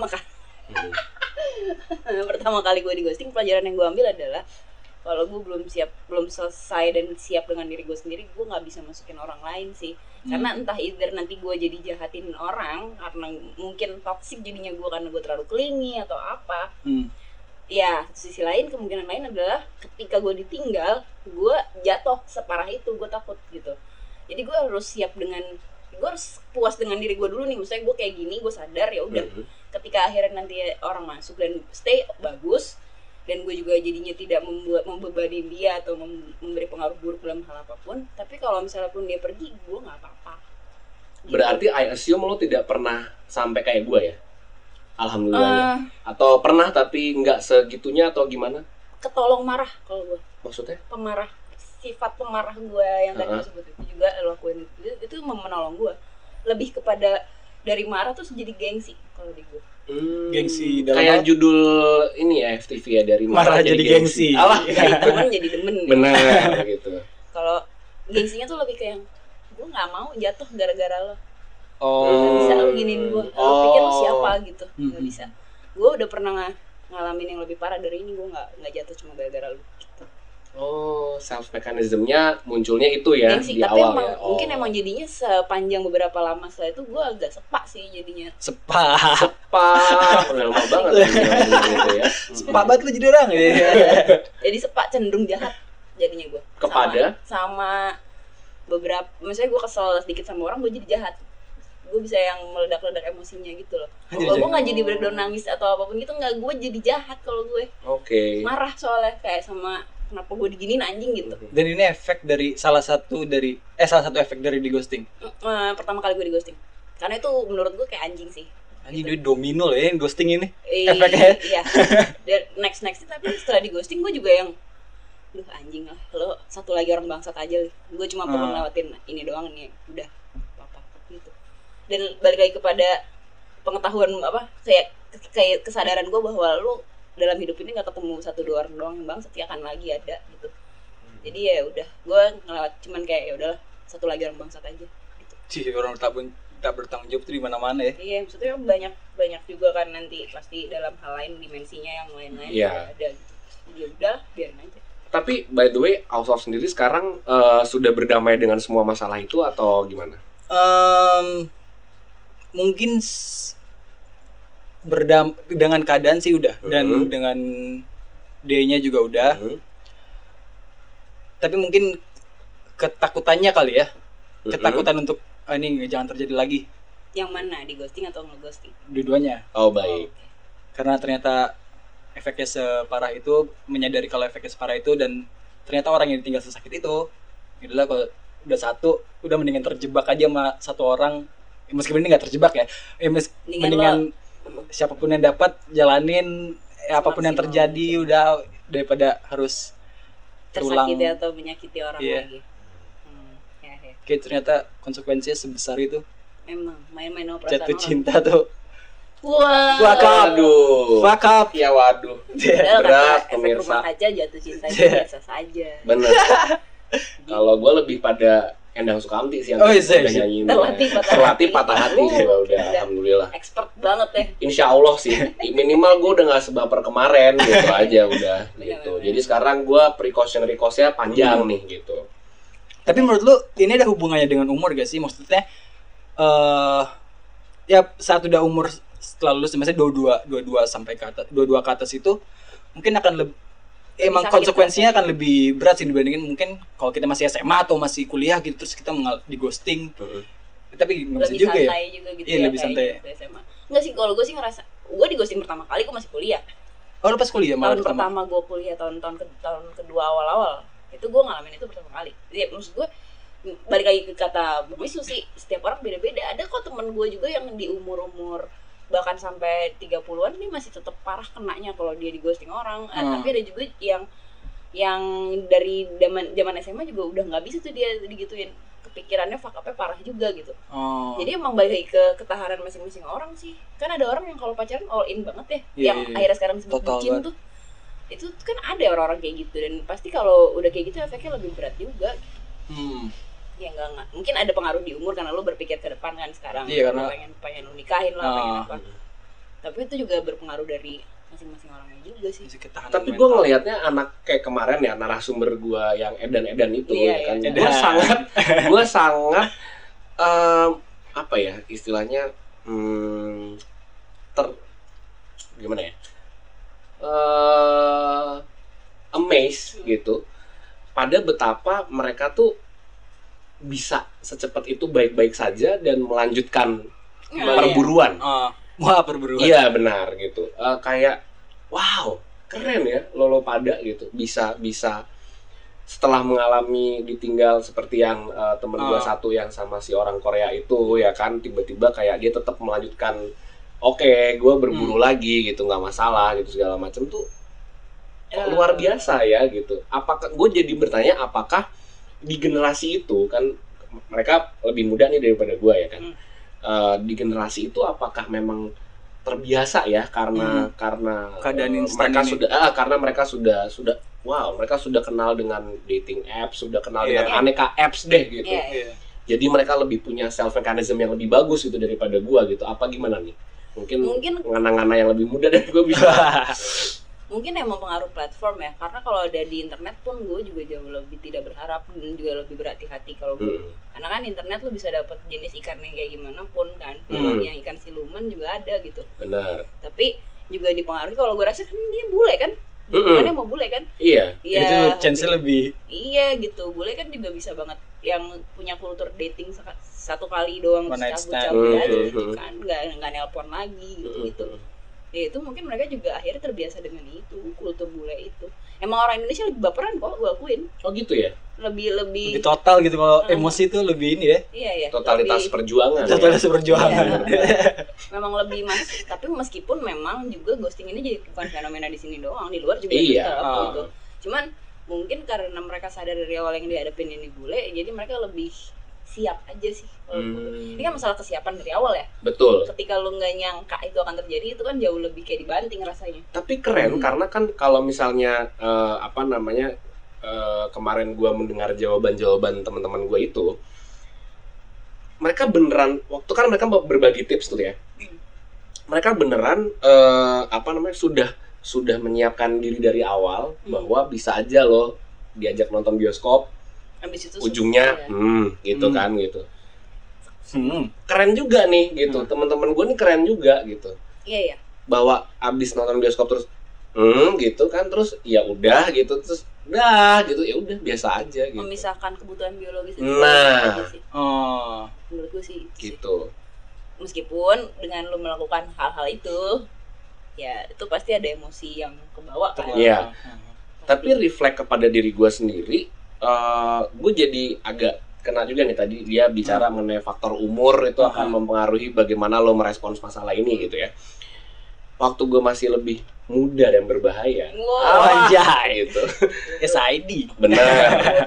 pertama kali gue di ghosting, pelajaran yang gue ambil adalah kalau gue belum selesai dan siap dengan diri gue sendiri, gue nggak bisa masukin orang lain sih. Karena entah either nanti gue jadi jahatin orang karena mungkin toxic jadinya gue karena gue terlalu clingy atau apa. Ya, sisi lain, kemungkinan lain adalah ketika gue ditinggal, gue jatuh separah itu, gue takut gitu. Jadi gue harus gue harus puas dengan diri gue dulu nih. Misalnya gue kayak gini, gue sadar ya udah. Ketika akhirnya nanti orang masuk dan stay bagus, dan gue juga jadinya tidak membebani dia atau memberi pengaruh buruk dalam hal apapun. Tapi kalau misalnya pun dia pergi, gue nggak apa-apa. Berarti I assume lo tidak pernah sampai kayak gue ya? Alhamdulillahnya. Atau pernah tapi nggak segitunya atau gimana? Ketolong marah kalau gue. Maksudnya? Pemarah, sifat pemarah gue yang tadi gue sebut itu juga lo lakuin itu menolong gue. Lebih kepada dari marah terus jadi gengsi kalau di gue. Gengsi dalam kayak judul ini ya FTV ya, dari marah jadi gengsi. Alah, Demen jadi demen. benar gitu. Kalau gengsinya tuh lebih kayak gue nggak mau jatuh gara-gara lo. Oh. Gak bisa lo giniin gue. Lo pikir lo siapa gitu? Gak bisa. Gue udah pernah ngalamin yang lebih parah dari ini. Gue nggak jatuh cuma gara-gara lo. Gitu. Oh, self mechanismnya munculnya itu ya Gengsi, di tapi awal emang, ya. mungkin emang jadinya sepanjang beberapa lama setelah itu gue agak sepak sih jadinya. Sepak. Udah lama banget gitu ya. Sepak banget lu jadi orang ya. Jadi sepak cenderung jahat jadinya gue. Kepada? Sama beberapa, misalnya gue kesel sedikit sama orang, gue jadi jahat. Gue bisa yang meledak-ledak emosinya gitu loh. Kalau gue nggak jadi breakdown nangis atau apapun gitu, nggak, gue jadi jahat kalau gue. Oke. Marah soalnya kayak sama kenapa gue diginiin anjing gitu. Dan ini efek dari salah satu efek dari di ghosting. Pertama kali gue di ghosting. Karena itu menurut gue kayak anjing sih. Anjing dia domino loh ya ghosting ini. Efeknya. Iya. Dan next tapi setelah di ghosting gue juga yang duh anjing lah, lo satu lagi orang bangsat aja. Gue cuma perlu ngelewatin ini doang nih, udah apa gitu. Dan balik lagi kepada pengetahuan kayak kesadaran gue bahwa lo dalam hidup ini nggak ketemu 1-2 orang doang yang bangsat, ya akan lagi ada gitu. Jadi ya udah, gue ngelewat cuman kayak ya udahlah, satu lagi orang bangsat aja gitu. Cih, orang tak bertanggung jawab tuh di mana-mana ya. Iya, maksudnya banyak juga kan nanti pasti dalam hal lain dimensinya yang lain-lain Iya. ada gitu. Jadi ya udah, biarin aja. Tapi by the way, Ausaf sendiri sekarang sudah berdamai dengan semua masalah itu atau gimana? Mungkin dengan keadaan sih udah, dan dengan D-nya juga udah. Tapi mungkin ketakutannya kali ya, ketakutan untuk ini jangan terjadi lagi. Yang mana, di ghosting atau nge-ghosting? Dua-duanya. Oh baik. Karena ternyata efeknya separah itu, menyadari kalau efeknya separah itu, dan ternyata orang yang ditinggal sesakit itu adalah kalau udah satu, udah mendingan terjebak aja sama satu orang, meskipun ini nggak terjebak ya, mendingan siapapun yang dapat jalanin, apapun yang terjadi udah, daripada harus terulang tersakiti atau menyakiti orang lagi. Ya. Kayak ternyata konsekuensinya sebesar itu. Memang main-main sama perasaan Jatuh orang. cinta tuh. Wah. Waduh. Fuck up. Ya waduh. Padahal Berat kata efek rumah pemirsa. kaca jatuh cinta itu biasa saja. Bener. Kalau gue lebih pada Endang Sukamti sih yang Oh, iya, udah iya. nyanyiin. Terlatih Patah hati sih udah, alhamdulillah. Expert banget ya. Insya Allah sih, minimal gue udah gak sebaper kemarin gitu aja udah gitu. Jadi sekarang gue precaution-nya panjang nih gitu. Tapi menurut lu ini ada hubungannya dengan umur gak sih? Maksudnya ya saat udah umur setelah lulus, misalnya 22 sampai ke atas, 22 ke atas itu mungkin akan emang sakit konsekuensinya akan lebih berat sih dibandingin mungkin kalau kita masih SMA atau masih kuliah gitu, terus kita di ghosting. Tapi nggak bisa Lebih juga ya. santai juga gitu Iya, ya. lebih santai. Kayak SMA. Enggak sih, kalau gue sih ngerasa gue di ghosting pertama kali gue masih kuliah. Oh, lu pas kuliah malah Tahun pertama gue kuliah, tahun kedua awal-awal itu gue ngalamin itu pertama kali. Jadi maksud gue balik lagi ke kata Bang Wisnu sih, setiap orang beda-beda. Ada kok temen gue juga yang di umur bahkan sampai 30-an ini masih tetap parah kenanya kalau dia di ghosting orang. Tapi ada juga yang dari zaman SMA juga udah nggak bisa tuh dia digituin. Kepikirannya fuck up-nya parah juga gitu. Jadi emang balik lagi ke ketahanan masing-masing orang sih. Kan ada orang yang kalau pacaran all in banget ya, yang akhirnya sekarang disebut bucin tuh. Itu kan ada orang-orang kayak gitu, dan pasti kalau udah kayak gitu efeknya lebih berat juga. Ya enggak. Mungkin ada pengaruh di umur karena lu berpikir ke depan kan sekarang. Iya, karena pengen lu nikahin lah, pengen apa. Tapi itu juga berpengaruh dari masing-masing orangnya juga sih. Tapi gue ngelihatnya anak kayak kemarin ya, narasumber gue yang edan-edan itu ya kan. Gue sangat apa ya istilahnya gimana ya? Amazed gitu pada betapa mereka tuh bisa secepat itu baik-baik saja dan melanjutkan perburuan. Perburuan. Iya benar gitu. Kayak wow, keren ya lo pada gitu. Bisa setelah mengalami ditinggal seperti yang temen gue satu yang sama si orang Korea itu ya kan, tiba-tiba kayak dia tetap melanjutkan, oke, gue berburu lagi gitu, nggak masalah gitu segala macam tuh kok luar biasa ya gitu. Apakah gue jadi bertanya apakah di generasi itu kan mereka lebih muda nih daripada gue ya kan, di generasi itu apakah memang terbiasa ya karena keadaan instan mereka ini. karena mereka sudah mereka sudah kenal dengan dating apps, sudah kenal dengan aneka apps deh gitu. Jadi mereka lebih punya self mechanism yang lebih bagus gitu daripada gua gitu. Apa gimana nih? Mungkin ngana-ngana yang lebih muda dari gua bisa. Mungkin emang pengaruh platform ya, karena kalau ada di internet pun gue juga jauh lebih tidak berharap dan juga lebih berhati-hati kalau gue. Karena kan internet lo bisa dapat jenis ikan yang kayak gimana pun kan, yang ikan siluman juga ada gitu. Benar. Tapi juga dipengaruhi kalau gue rasa kan dia bule kan, bukannya mau bule kan? Iya. Itu chance-nya lebih. Iya gitu, bule kan juga bisa banget yang punya kultur dating satu kali doang cabut-cabut aja gitu kan, nggak nelpon lagi gitu. Ya itu mungkin mereka juga akhirnya terbiasa dengan itu, kultur bule itu. Emang orang Indonesia lebih baperan kok, gue akuin. Oh gitu ya? Lebih total gitu, kalau emosi tuh lebih ini ya. Iya. Totalitas perjuangan. Totalitas perjuangan. Memang lebih tapi meskipun memang juga ghosting ini jadi bukan fenomena di sini doang, di luar juga Iya. gitu. Cuman mungkin karena mereka sadar dari awal yang dihadapin ini bule, jadi mereka lebih siap aja sih. Ini kan masalah kesiapan dari awal ya. Betul. Ketika lu nggak nyangka itu akan terjadi, itu kan jauh lebih kayak dibanting rasanya. Tapi keren karena kan kalau misalnya kemarin gua mendengar jawaban teman-teman gua itu, mereka beneran waktu kan mereka berbagi tips tuh ya. Mereka beneran sudah menyiapkan diri dari awal bahwa bisa aja loh diajak nonton bioskop. Habis itu ujungnya gitu kan gitu. Keren juga nih gitu. Teman-teman gue nih keren juga gitu. Iya. Bahwa abis nonton bioskop terus gitu kan, terus ya udah gitu, terus udah gitu, ya udah biasa aja gitu. Memisahkan kebutuhan biologis itu Nah. aja sih. Menurut gue sih Gitu. Meskipun dengan lu melakukan hal-hal itu, ya itu pasti ada emosi yang kebawa kan. Iya. Tapi reflect kepada diri gue sendiri, gue jadi agak kena juga nih tadi dia bicara mengenai faktor umur itu akan mempengaruhi bagaimana lo merespons masalah ini gitu ya. Waktu gue masih lebih muda dan berbahaya, Anjay gitu. SID. Benar.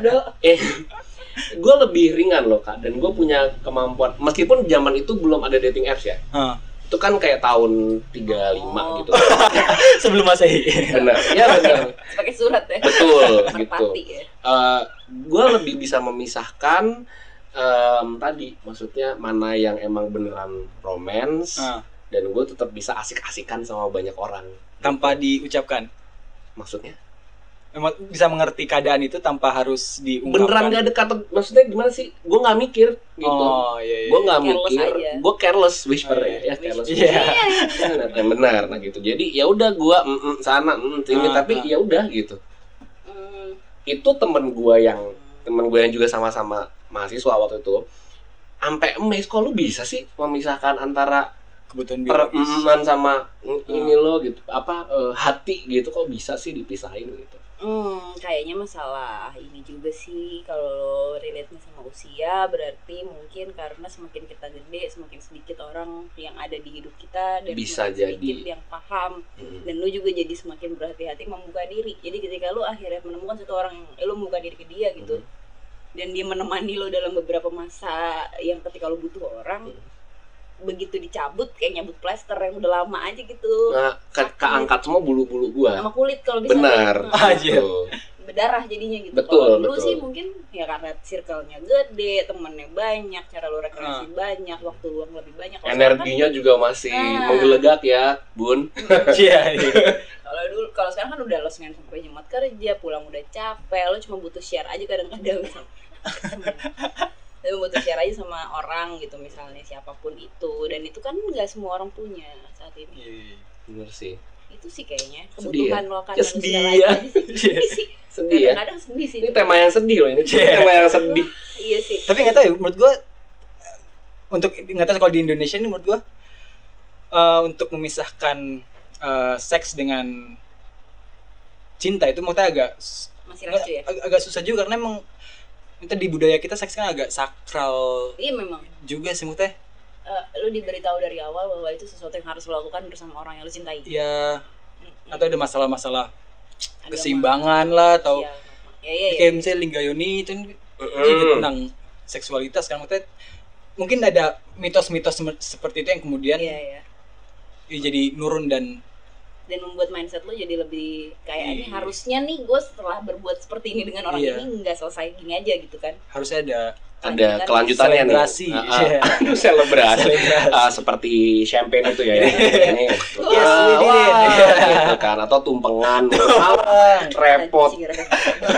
Gue lebih ringan loh kak, dan gue punya kemampuan meskipun zaman itu belum ada dating apps ya. Itu kan kayak tahun 35 gitu. Sebelum Masehi. Benar. Ya benar. Pakai surat ya. Betul gitu. Merpati ya. Gue lebih bisa memisahkan tadi, maksudnya mana yang emang beneran romance dan gue tetap bisa asik-asikan sama banyak orang Tanpa diucapkan. maksudnya Emang bisa mengerti keadaan itu tanpa harus diungkapkan. beneran gak dekat, maksudnya gimana sih, gue nggak mikir gitu. Iya. Gue nggak Careless mikir, aja. gue careless whisper ya careless Iya. benar nah gitu. Jadi ya udah gue sana sini tapi ya udah gitu. Itu temen gue yang juga sama-sama mahasiswa waktu itu sampai amazed, kok lu bisa sih memisahkan antara Kebutuhan biologis. peremanan sama ini lo gitu, hati gitu, kok bisa sih dipisahin gitu. Kayaknya masalah ini juga sih, kalau relate-nya sama usia berarti mungkin karena semakin kita gede semakin sedikit orang yang ada di hidup kita dan Bisa semakin sedikit jadi. yang paham dan lu juga jadi semakin berhati-hati membuka diri. Jadi ketika lu akhirnya menemukan satu orang yang lu membuka diri ke dia gitu dan dia menemani lu dalam beberapa masa yang ketika lu butuh orang, begitu dicabut kayak nyabut plester yang udah lama aja gitu. Nah, keangkat semua bulu-bulu gua. Sama kulit kalau bisa. Benar. Anjir. Gitu. Berdarah jadinya gitu. Betul, Kalau dulu betul. sih mungkin ya karena circle-nya gede, temennya banyak, cara lu rekreasi banyak, waktu luang lebih banyak. Kalau Energinya juga masih menggelegak ya, Bun. Iya. kalau sekarang kan udah lo sengaja sampai Jumat kerja, pulang udah capek, lo cuma butuh share aja kadang-kadang. Tapi butuh share aja sama orang gitu, misalnya siapapun itu, dan itu kan nggak semua orang punya saat ini. Bener sih. Itu sih kayaknya Sedih ya? kebutuhan lo akan Ya, manusia sedih lain ya. aja sih. Sedih sih. Sedih ya. Kadang-kadang sedih sih. Ini tema yang sedih loh ini. Tema yang sedih. Iya sih. Tapi nggak tahu ya, menurut gue untuk nggak tahu kalau di Indonesia ini menurut gue untuk memisahkan seks dengan cinta itu menurutnya agak Masih rancu ya? Agak susah juga karena emang itu di budaya kita seks kan agak sakral Iya memang. juga sih maksudnya. Lu diberitahu dari awal bahwa itu sesuatu yang harus lo lakukan bersama orang yang lu cintai. Ya atau ada masalah-masalah Agama. keseimbangan lah atau Iya. kayak misalnya Linggayoni itu kan juga tentang seksualitas kan maksudnya mungkin ada mitos-mitos seperti itu yang kemudian Iya. ya jadi nurun dan Membuat mindset lo jadi lebih kayak ini Iya. harusnya nih gue setelah berbuat seperti ini dengan orang Iya. ini nggak selesai gini aja gitu kan. harusnya Ada kelanjutannya Selebrasi. nih. Iya. Selebrasi. Selebrasi. Seperti champagne itu ya. Ini. Yes, we did it. Gitu kan atau tumpengan. Repot. Anjing, rada.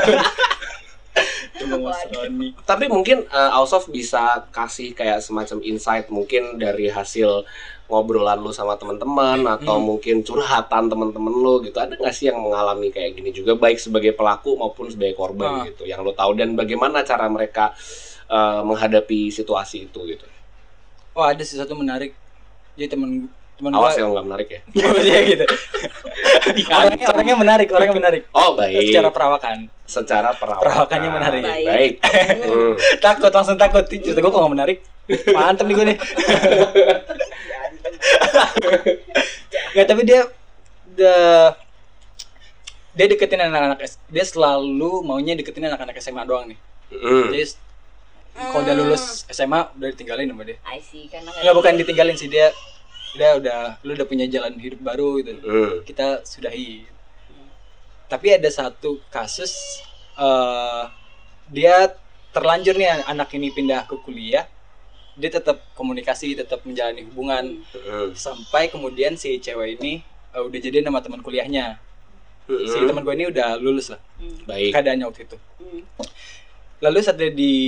Cuma Mas Roni. Tapi mungkin Ausof bisa kasih kayak semacam insight mungkin dari hasil ngobrolan lu sama teman-teman atau mungkin curhatan teman-teman lu gitu. Ada nggak sih yang mengalami kayak gini juga baik sebagai pelaku maupun sebagai korban gitu yang lu tahu dan bagaimana cara mereka menghadapi situasi itu gitu. Oh ada sesuatu menarik. Jadi teman Awas ya nggak menarik ya. Iya gitu. orangnya menarik. Oh baik. Secara perawakan. Secara Perawakannya menarik. Baik. Langsung takut. Cerita gue kok gak menarik. Mantep nih gue nih. Nggak, tapi dia deketin anak-anak dia selalu maunya deketin anak-anak SMA doang nih. Jadi kalau udah lulus SMA udah ditinggalin sama dia. I see karena Nggak, bukan ditinggalin sih, dia lu udah punya jalan hidup baru gitu. Kita sudahi. Tapi ada satu kasus dia terlanjur nih anak ini pindah ke kuliah. Dia tetap komunikasi, tetap menjalani hubungan sampai kemudian si cewek ini udah jadian sama teman kuliahnya. Si teman gue ini udah lulus lah. Baik. Keadaannya waktu itu. Lalu saat dia di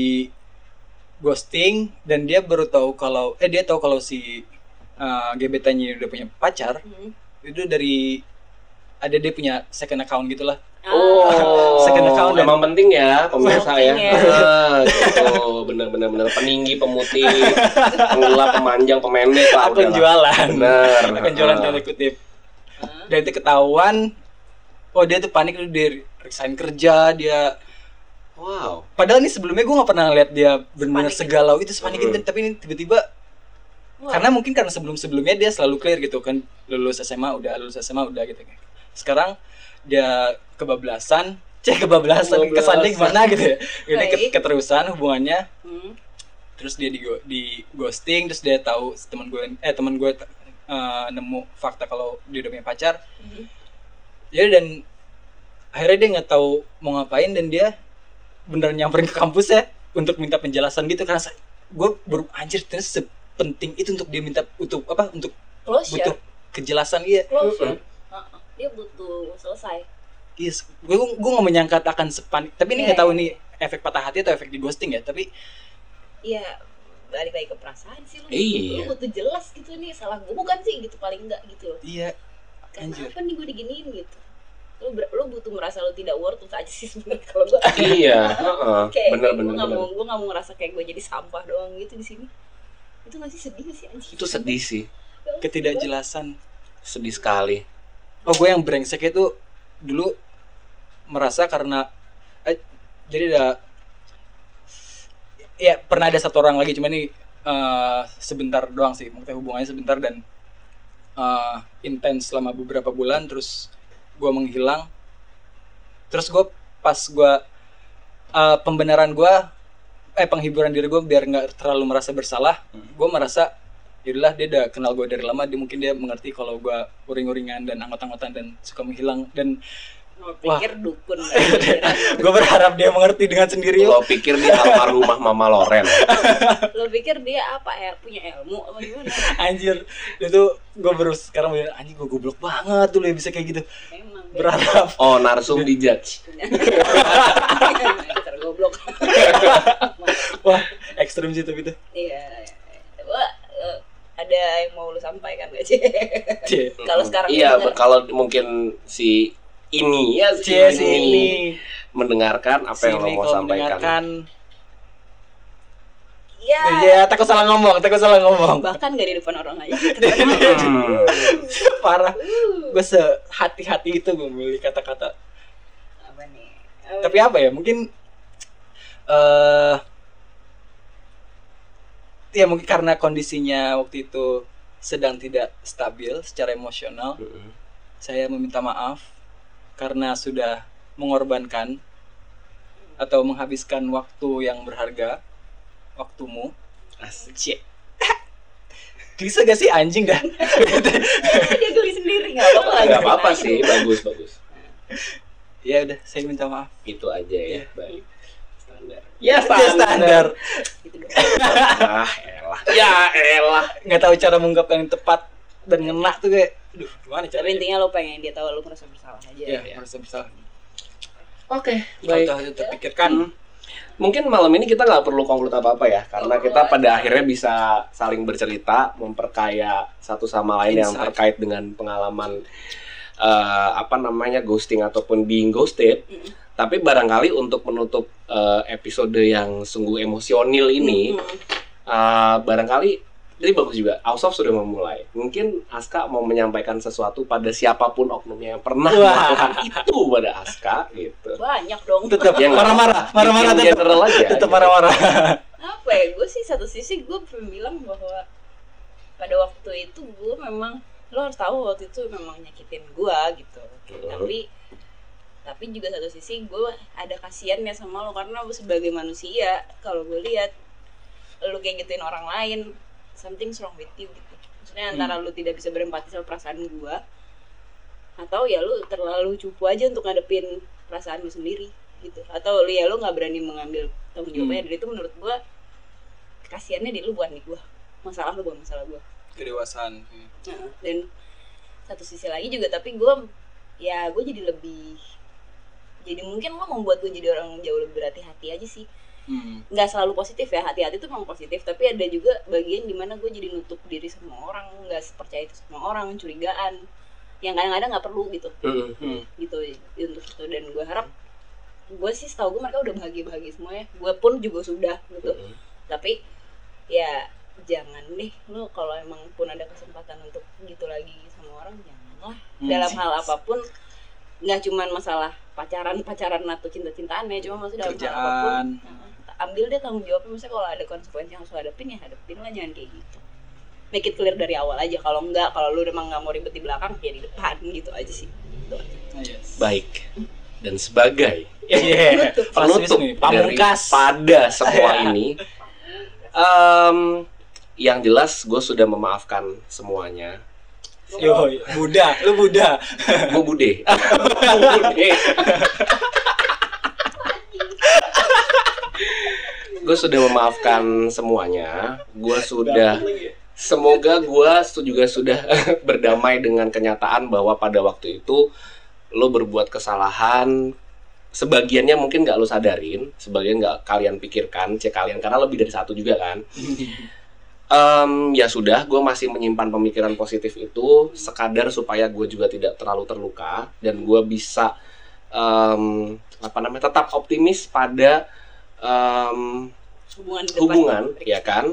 ghosting dan dia baru tahu kalau dia tahu kalau si gebetannya udah punya pacar. Itu dari dia punya second account gitulah. Oh, second account memang penting ya pemirsa ya. Penting ya. Gitu, bener peninggi, pemutih, penggelap, pemanjang, pemendek lah. Akun jualan. Bener. Akun jualan tanda kutip. Dan itu ketahuan. Oh dia tuh panik, dia resign kerja, dia. Wow. Padahal nih sebelumnya gue nggak pernah lihat dia benar-benar segalau itu sepanik itu, tapi ini tiba-tiba. Karena mungkin karena sebelumnya dia selalu clear gitu kan, lulus SMA udah gitu. Sekarang dia kebablasan kesannya gimana gitu ya. Ini keterusan hubungannya. Terus dia di ghosting, terus dia tahu teman gue nemu fakta kalau dia udah punya pacar. Ya dan akhirnya dia nggak tahu mau ngapain dan dia bener nyamperin ke kampus ya untuk minta penjelasan gitu karena gue baru anjir ternyata sepenting itu untuk dia minta untuk closure. butuh kejelasan Closure. Dia butuh selesai. Yes, gue nggak menyangka akan sepanik. Tapi ini nggak tahu nih efek patah hati atau efek di ghosting ya. Tapi iya balik lagi ke perasaan sih lu. Iya. Lu butuh jelas gitu nih salah gue bukan sih gitu paling enggak gitu. iya, anjir. Kenapa nih gue diginiin gitu? Lu butuh merasa lu tidak worth it aja sih sebenarnya kalau gue. Iya, Kayak bener. gue nggak mau ngerasa kayak gue jadi sampah doang gitu di sini. Itu nggak sih sedih sih anjing? Itu sedih sih, Ketidakjelasan. sedih sekali. Oh, gue yang brengsek itu dulu merasa karena jadi pernah ada satu orang lagi, cuman ini sebentar doang sih, maksudnya hubungannya sebentar dan intens selama beberapa bulan, terus gue menghilang. Terus gue pas gue pembenaran gue penghiburan diri gue biar nggak terlalu merasa bersalah, gue merasa yaudahlah dia udah kenal gue dari lama, dia mungkin dia mengerti kalau gue uring-uringan dan anggot-anggotan dan suka menghilang dan pikir dukun. gue berharap dia mengerti dengan sendiri. Lo pikir dia almarhumah Mama Loren? Lo pikir dia apa ya, punya ilmu apa gimana? Anjir, itu gue baru sekarang bilang anjing gue goblok banget tuh lo bisa kayak gitu. Memang Berharap. Oh, narsum dijudge. dasar goblok. Wah, ekstrim sih tapi itu. Iya. Wah, ada yang mau lu sampaikan gak sih? Cie. Kalau sekarang Iya, denger, kalau mungkin si ini ya Sini. mendengarkan apa yang lo Sini mau kalau sampaikan. mendengarkan. ya Iya, takut salah ngomong. bahkan gak di depan orang aja. Parah. Gue sehati-hati itu gue memilih kata-kata. Apa nih? Tapi apa ya? Mungkin ya mungkin karena kondisinya waktu itu sedang tidak stabil secara emosional. Saya meminta maaf karena sudah mengorbankan atau menghabiskan waktu yang berharga, waktumu. Asik. Klise gak sih anjing dah? Dia geli sendiri, nggak apa-apa lagi. Nggak apa-apa sih, bagus. Ya udah, saya minta maaf. Itu aja ya, baik. Standar. Ya standar. Gitu dong. Ya elah. Nggak tahu cara mengungkapkan yang tepat dan ngena tuh kayak, aduh gimana Tapi caranya? intinya lo pengen dia tahu lo merasa bersalah aja. Ya, merasa bersalah. Oke, Baik. baik. Harus terpikirkan. Mungkin malam ini kita nggak perlu konklud apa-apa ya, karena kita pada akhirnya bisa saling bercerita, memperkaya satu sama lain yang Insight. terkait dengan pengalaman ghosting ataupun being ghosted. Tapi barangkali untuk menutup episode yang sungguh emosional ini, barangkali ini bagus juga. Ausof sudah memulai. Mungkin Aska mau menyampaikan sesuatu pada siapapun oknumnya yang pernah melakukan itu pada Aska gitu. Banyak dong. Tetap Ya, marah-marah Yang tetap. general aja. Tetap gitu. marah-marah. Apa ya, gue sih satu sisi gue bilang bahwa pada waktu itu gue memang, lo harus tahu waktu itu memang nyakitin gue gitu. Tapi juga satu sisi gue ada kasihannya sama lo, karena lo sebagai manusia, kalau gue lihat lo kayak gituin orang lain, something's wrong with you gitu. Maksudnya antara lo tidak bisa berempati sama perasaan gue, atau ya lo terlalu cupu aja untuk ngadepin perasaan lo sendiri gitu, atau ya lo nggak berani mengambil tanggung jawabnya. Dan itu menurut gue kasihannya di lo, bukan di gue. Masalah lo bukan masalah gue. Kedewasaan. Dan satu sisi lagi juga, tapi gue jadi lebih, jadi mungkin lo membuat gue jadi orang jauh lebih berhati-hati aja sih. Nggak selalu positif ya, hati-hati itu memang positif, tapi ada juga bagian dimana gue jadi nutup diri sama orang, nggak percaya itu sama orang, curigaan yang kadang-kadang nggak perlu gitu. Gitu untuk itu. Dan gue harap, gue sih setahu gue mereka udah bahagia semua ya, gue pun juga sudah gitu. Tapi ya jangan deh lo, kalau emang pun ada kesempatan untuk gitu lagi sama orang, janganlah dalam hal apapun. Nggak cuma masalah pacaran atau cinta-cintaan ya, cuma maksudnya dalam hal apapun, ambil deh tanggung jawabnya. Misalnya kalau ada konsekuensi yang harus lo hadapin, ya hadapin lah, jangan kayak gitu. Make it clear dari awal aja. Kalau lu emang nggak mau ribet di belakang, ya di depan gitu aja sih. Gitu. Baik. Dan sebagai Penutup nih, pamungkas pada semua ini, yang jelas gue sudah memaafkan semuanya. Yo, Buddha, lu Buddha. Gue bude. Gue sudah memaafkan semuanya. Semoga gue juga sudah berdamai dengan kenyataan bahwa pada waktu itu lo berbuat kesalahan. Sebagiannya mungkin gak lo sadarin, sebagian gak kalian pikirkan, kalian, karena lebih dari satu juga kan. Ya sudah, gue masih menyimpan pemikiran positif itu sekadar supaya gue juga tidak terlalu terluka, dan gue bisa tetap optimis pada hubungan ya kan.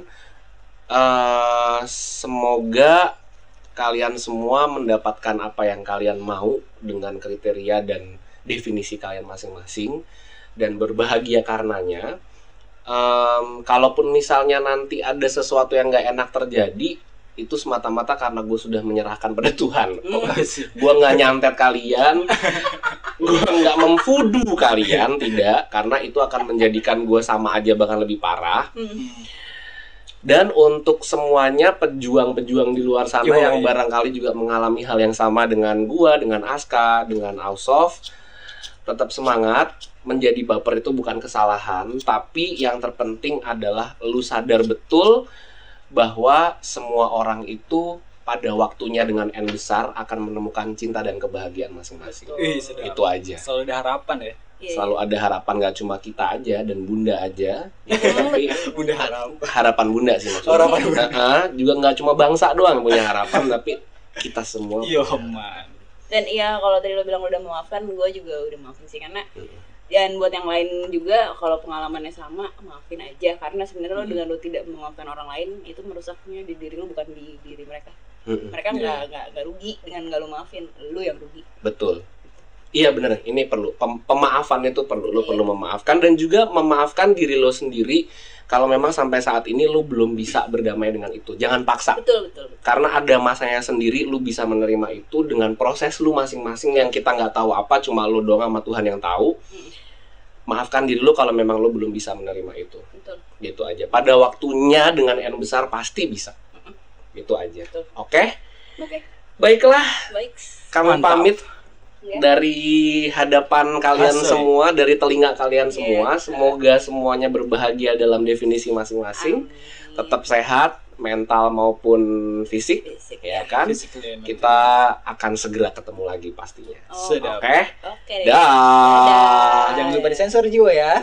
Semoga kalian semua mendapatkan apa yang kalian mau dengan kriteria dan definisi kalian masing-masing, dan berbahagia karenanya. Kalaupun misalnya nanti ada sesuatu yang gak enak terjadi, itu semata-mata karena gue sudah menyerahkan pada Tuhan. Gue gak nyantet kalian, gue gak memfudu kalian, tidak, karena itu akan menjadikan gue sama aja bahkan lebih parah. Dan untuk semuanya pejuang-pejuang di luar sana yang barangkali juga mengalami hal yang sama dengan gue, dengan Aska, dengan Ausof, tetap semangat. Menjadi baper itu bukan kesalahan, tapi yang terpenting adalah lu sadar betul bahwa semua orang itu pada waktunya dengan N besar akan menemukan cinta dan kebahagiaan masing-masing. Itu aja. Selalu ada harapan ya. Selalu ada harapan, gak cuma kita aja dan Bunda aja, tapi Bunda harapan Bunda sih maksudnya. Harapan Bunda. Juga gak cuma bangsa doang punya harapan, tapi kita semua. Yo man. Dan iya, kalau tadi lo bilang lo udah memaafkan, gue juga udah maafin sih, karena dan buat yang lain juga, kalau pengalamannya sama, maafin aja. Karena sebenarnya lo dengan lo tidak memaafkan orang lain, itu merusaknya di diri lo, bukan di diri mereka. Mereka nggak rugi dengan nggak lo maafin, lo yang rugi. Betul. Iya bener, ini perlu pemaafan itu perlu, lo perlu memaafkan dan juga memaafkan diri lo sendiri kalau memang sampai saat ini lo belum bisa berdamai dengan itu. Jangan paksa. Betul. Karena ada masanya sendiri, lo bisa menerima itu dengan proses lo masing-masing yang kita nggak tahu apa, cuma lo doang sama Tuhan yang tahu. Maafkan diri lo kalau memang lo belum bisa menerima itu. Betul. Gitu aja. Pada waktunya dengan N besar pasti bisa. Gitu aja. Betul. Oke? Oke. Baiklah, Baik. kami Mantap. pamit Ya. dari hadapan kalian Asoy. semua, dari telinga kalian semua. Iya. Semoga semuanya berbahagia dalam definisi masing-masing. Amin. Tetap sehat, mental maupun fisik, Fisik, ya kan? Physically and Kita akan segera ketemu lagi pastinya. Oh, Sedap. Oke? Oke deh. Dah. Dadah. Jangan lupa disensor jiwa ya.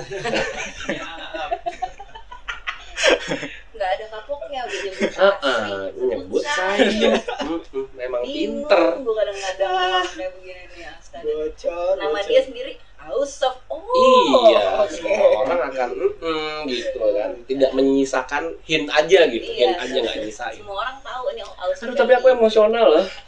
Nggak ada kapoknya udah nyebut Nyebut saya. saya. Memang Bingung pinter. gue kadang-kadang kayak begini nih astaga. Bocor. Nama dia sendiri Ausaf. Oh. Iya, oke. semua orang akan gitu kan. Tidak menyisakan hint aja gitu. Iya. Hint aja nggak nyisain. Semua orang tahu ini Ausaf. Aduh, tapi aku emosional loh.